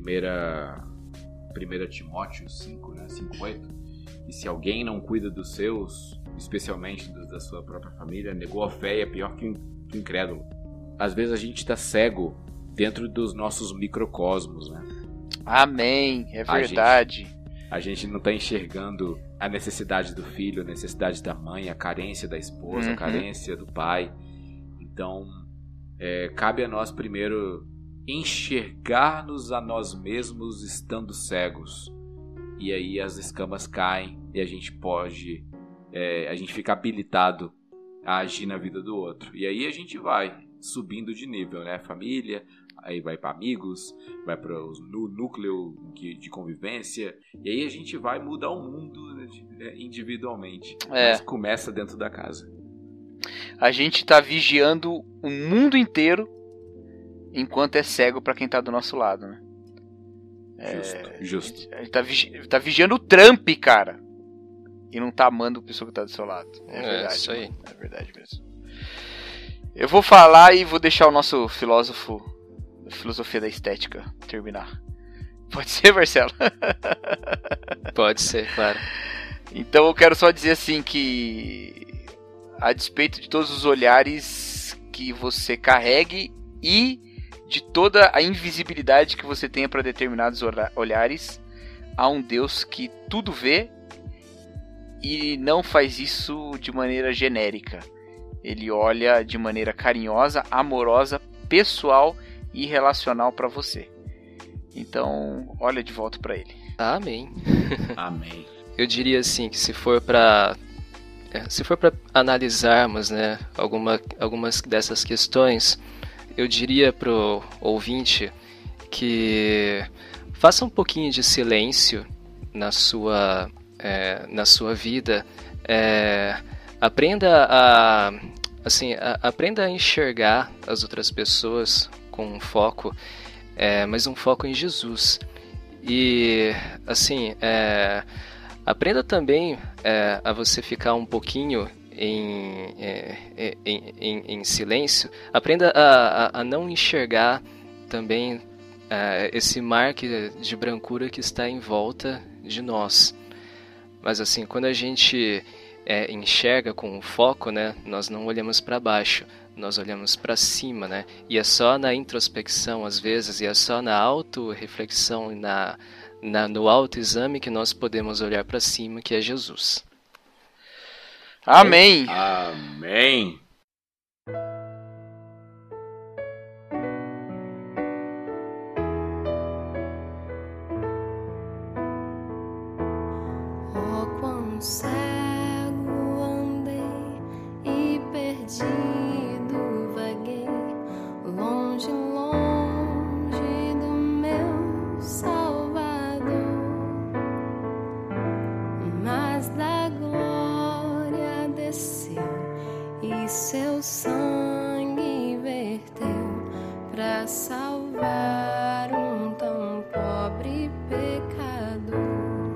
1 Timóteo 5, né? 5:8. E se alguém não cuida dos seus, especialmente da sua própria família, negou a fé e é pior que um incrédulo. Às vezes a gente tá cego dentro dos nossos microcosmos, né? Amém, é verdade. A gente não tá enxergando a necessidade do filho, a necessidade da mãe, a carência da esposa, a carência do pai. Então, cabe a nós primeiro enxergar-nos a nós mesmos estando cegos. E aí as escamas caem e a gente fica habilitado a agir na vida do outro. E aí a gente vai subindo de nível, né? Família, aí vai para amigos, vai para o núcleo de convivência, e aí a gente vai mudar o mundo individualmente. Mas começa dentro da casa. A gente tá vigiando o mundo inteiro enquanto é cego para quem tá do nosso lado, né? Justo. A gente tá vigiando o Trump, cara. E não tá amando a pessoa que tá do seu lado. É verdade. Isso aí. É verdade mesmo. Eu vou falar e vou deixar o nosso filósofo da filosofia da estética terminar. Pode ser, Marcelo? Pode ser, claro. Então eu quero só dizer assim que, a despeito de todos os olhares que você carregue e de toda a invisibilidade que você tenha para determinados olhares, há um Deus que tudo vê e não faz isso de maneira genérica. Ele olha de maneira carinhosa, amorosa, pessoal e relacional para você. Então, olha de volta para ele. Amém. Amém. Eu diria assim que se for para analisarmos, né, algumas dessas questões, eu diria pro ouvinte que faça um pouquinho de silêncio na sua vida. Aprenda a enxergar as outras pessoas com um foco, mas um foco em Jesus. E assim, aprenda também a você ficar um pouquinho em silêncio. Aprenda a não enxergar também esse mar de brancura que está em volta de nós. Mas assim, quando a gente enxerga com foco, né, nós não olhamos para baixo, nós olhamos para cima, né? E é só na introspecção, às vezes, e é só na autorreflexão e no autoexame que nós podemos olhar para cima, que é Jesus. Amém. Amém. Cego andei e perdido vaguei, longe, longe do meu Salvador, mas da glória desceu e seu sangue verteu pra salvar um tão pobre pecador.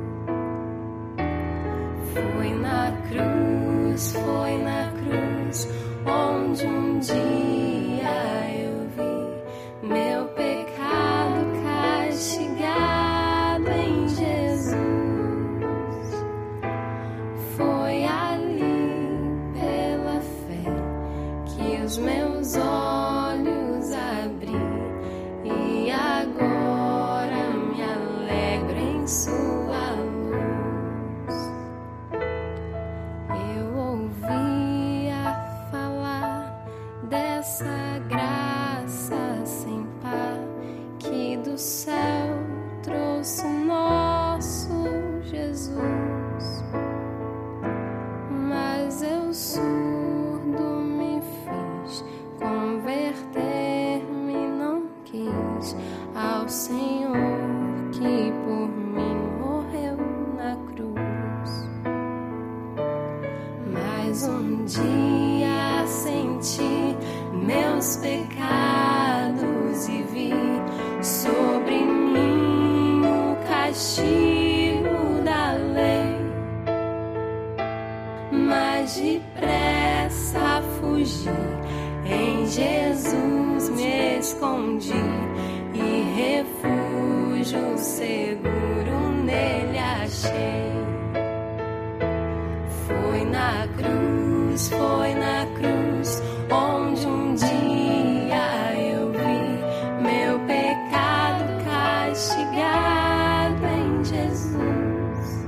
Foi na cruz, onde um dia eu vi meu pecado castigado em Jesus. Foi ali pela fé que os meus olhos abri e agora me alegro em sua luz. Dessa graça sem par que do céu trouxe nosso Jesus, mas eu surdo me fiz, converter-me não quis ao Senhor que por mim morreu na cruz. Mas um dia senti meus pecados castigo da lei, mas depressa fugi, em Jesus me escondi e refúgio seguro nele achei. Foi na cruz, onde um dia eu vi meu pecado castigado em Jesus.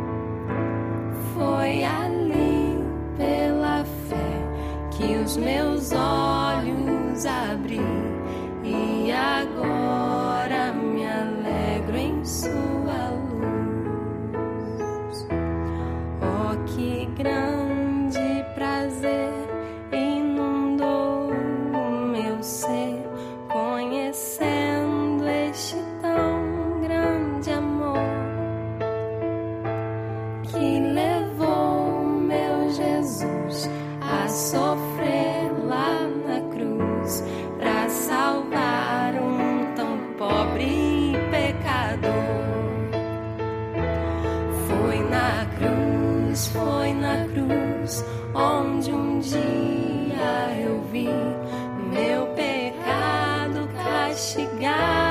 Foi ali pela fé que os meus olhos abri e agora me alegro em sua luz. Oh, que grande prazer inundou o meu ser, conhecendo este tão grande amor que levou meu Jesus a sofrer lá na cruz para salvar um tão pobre pecador. Foi na cruz, onde um dia eu vi meu pecado castigado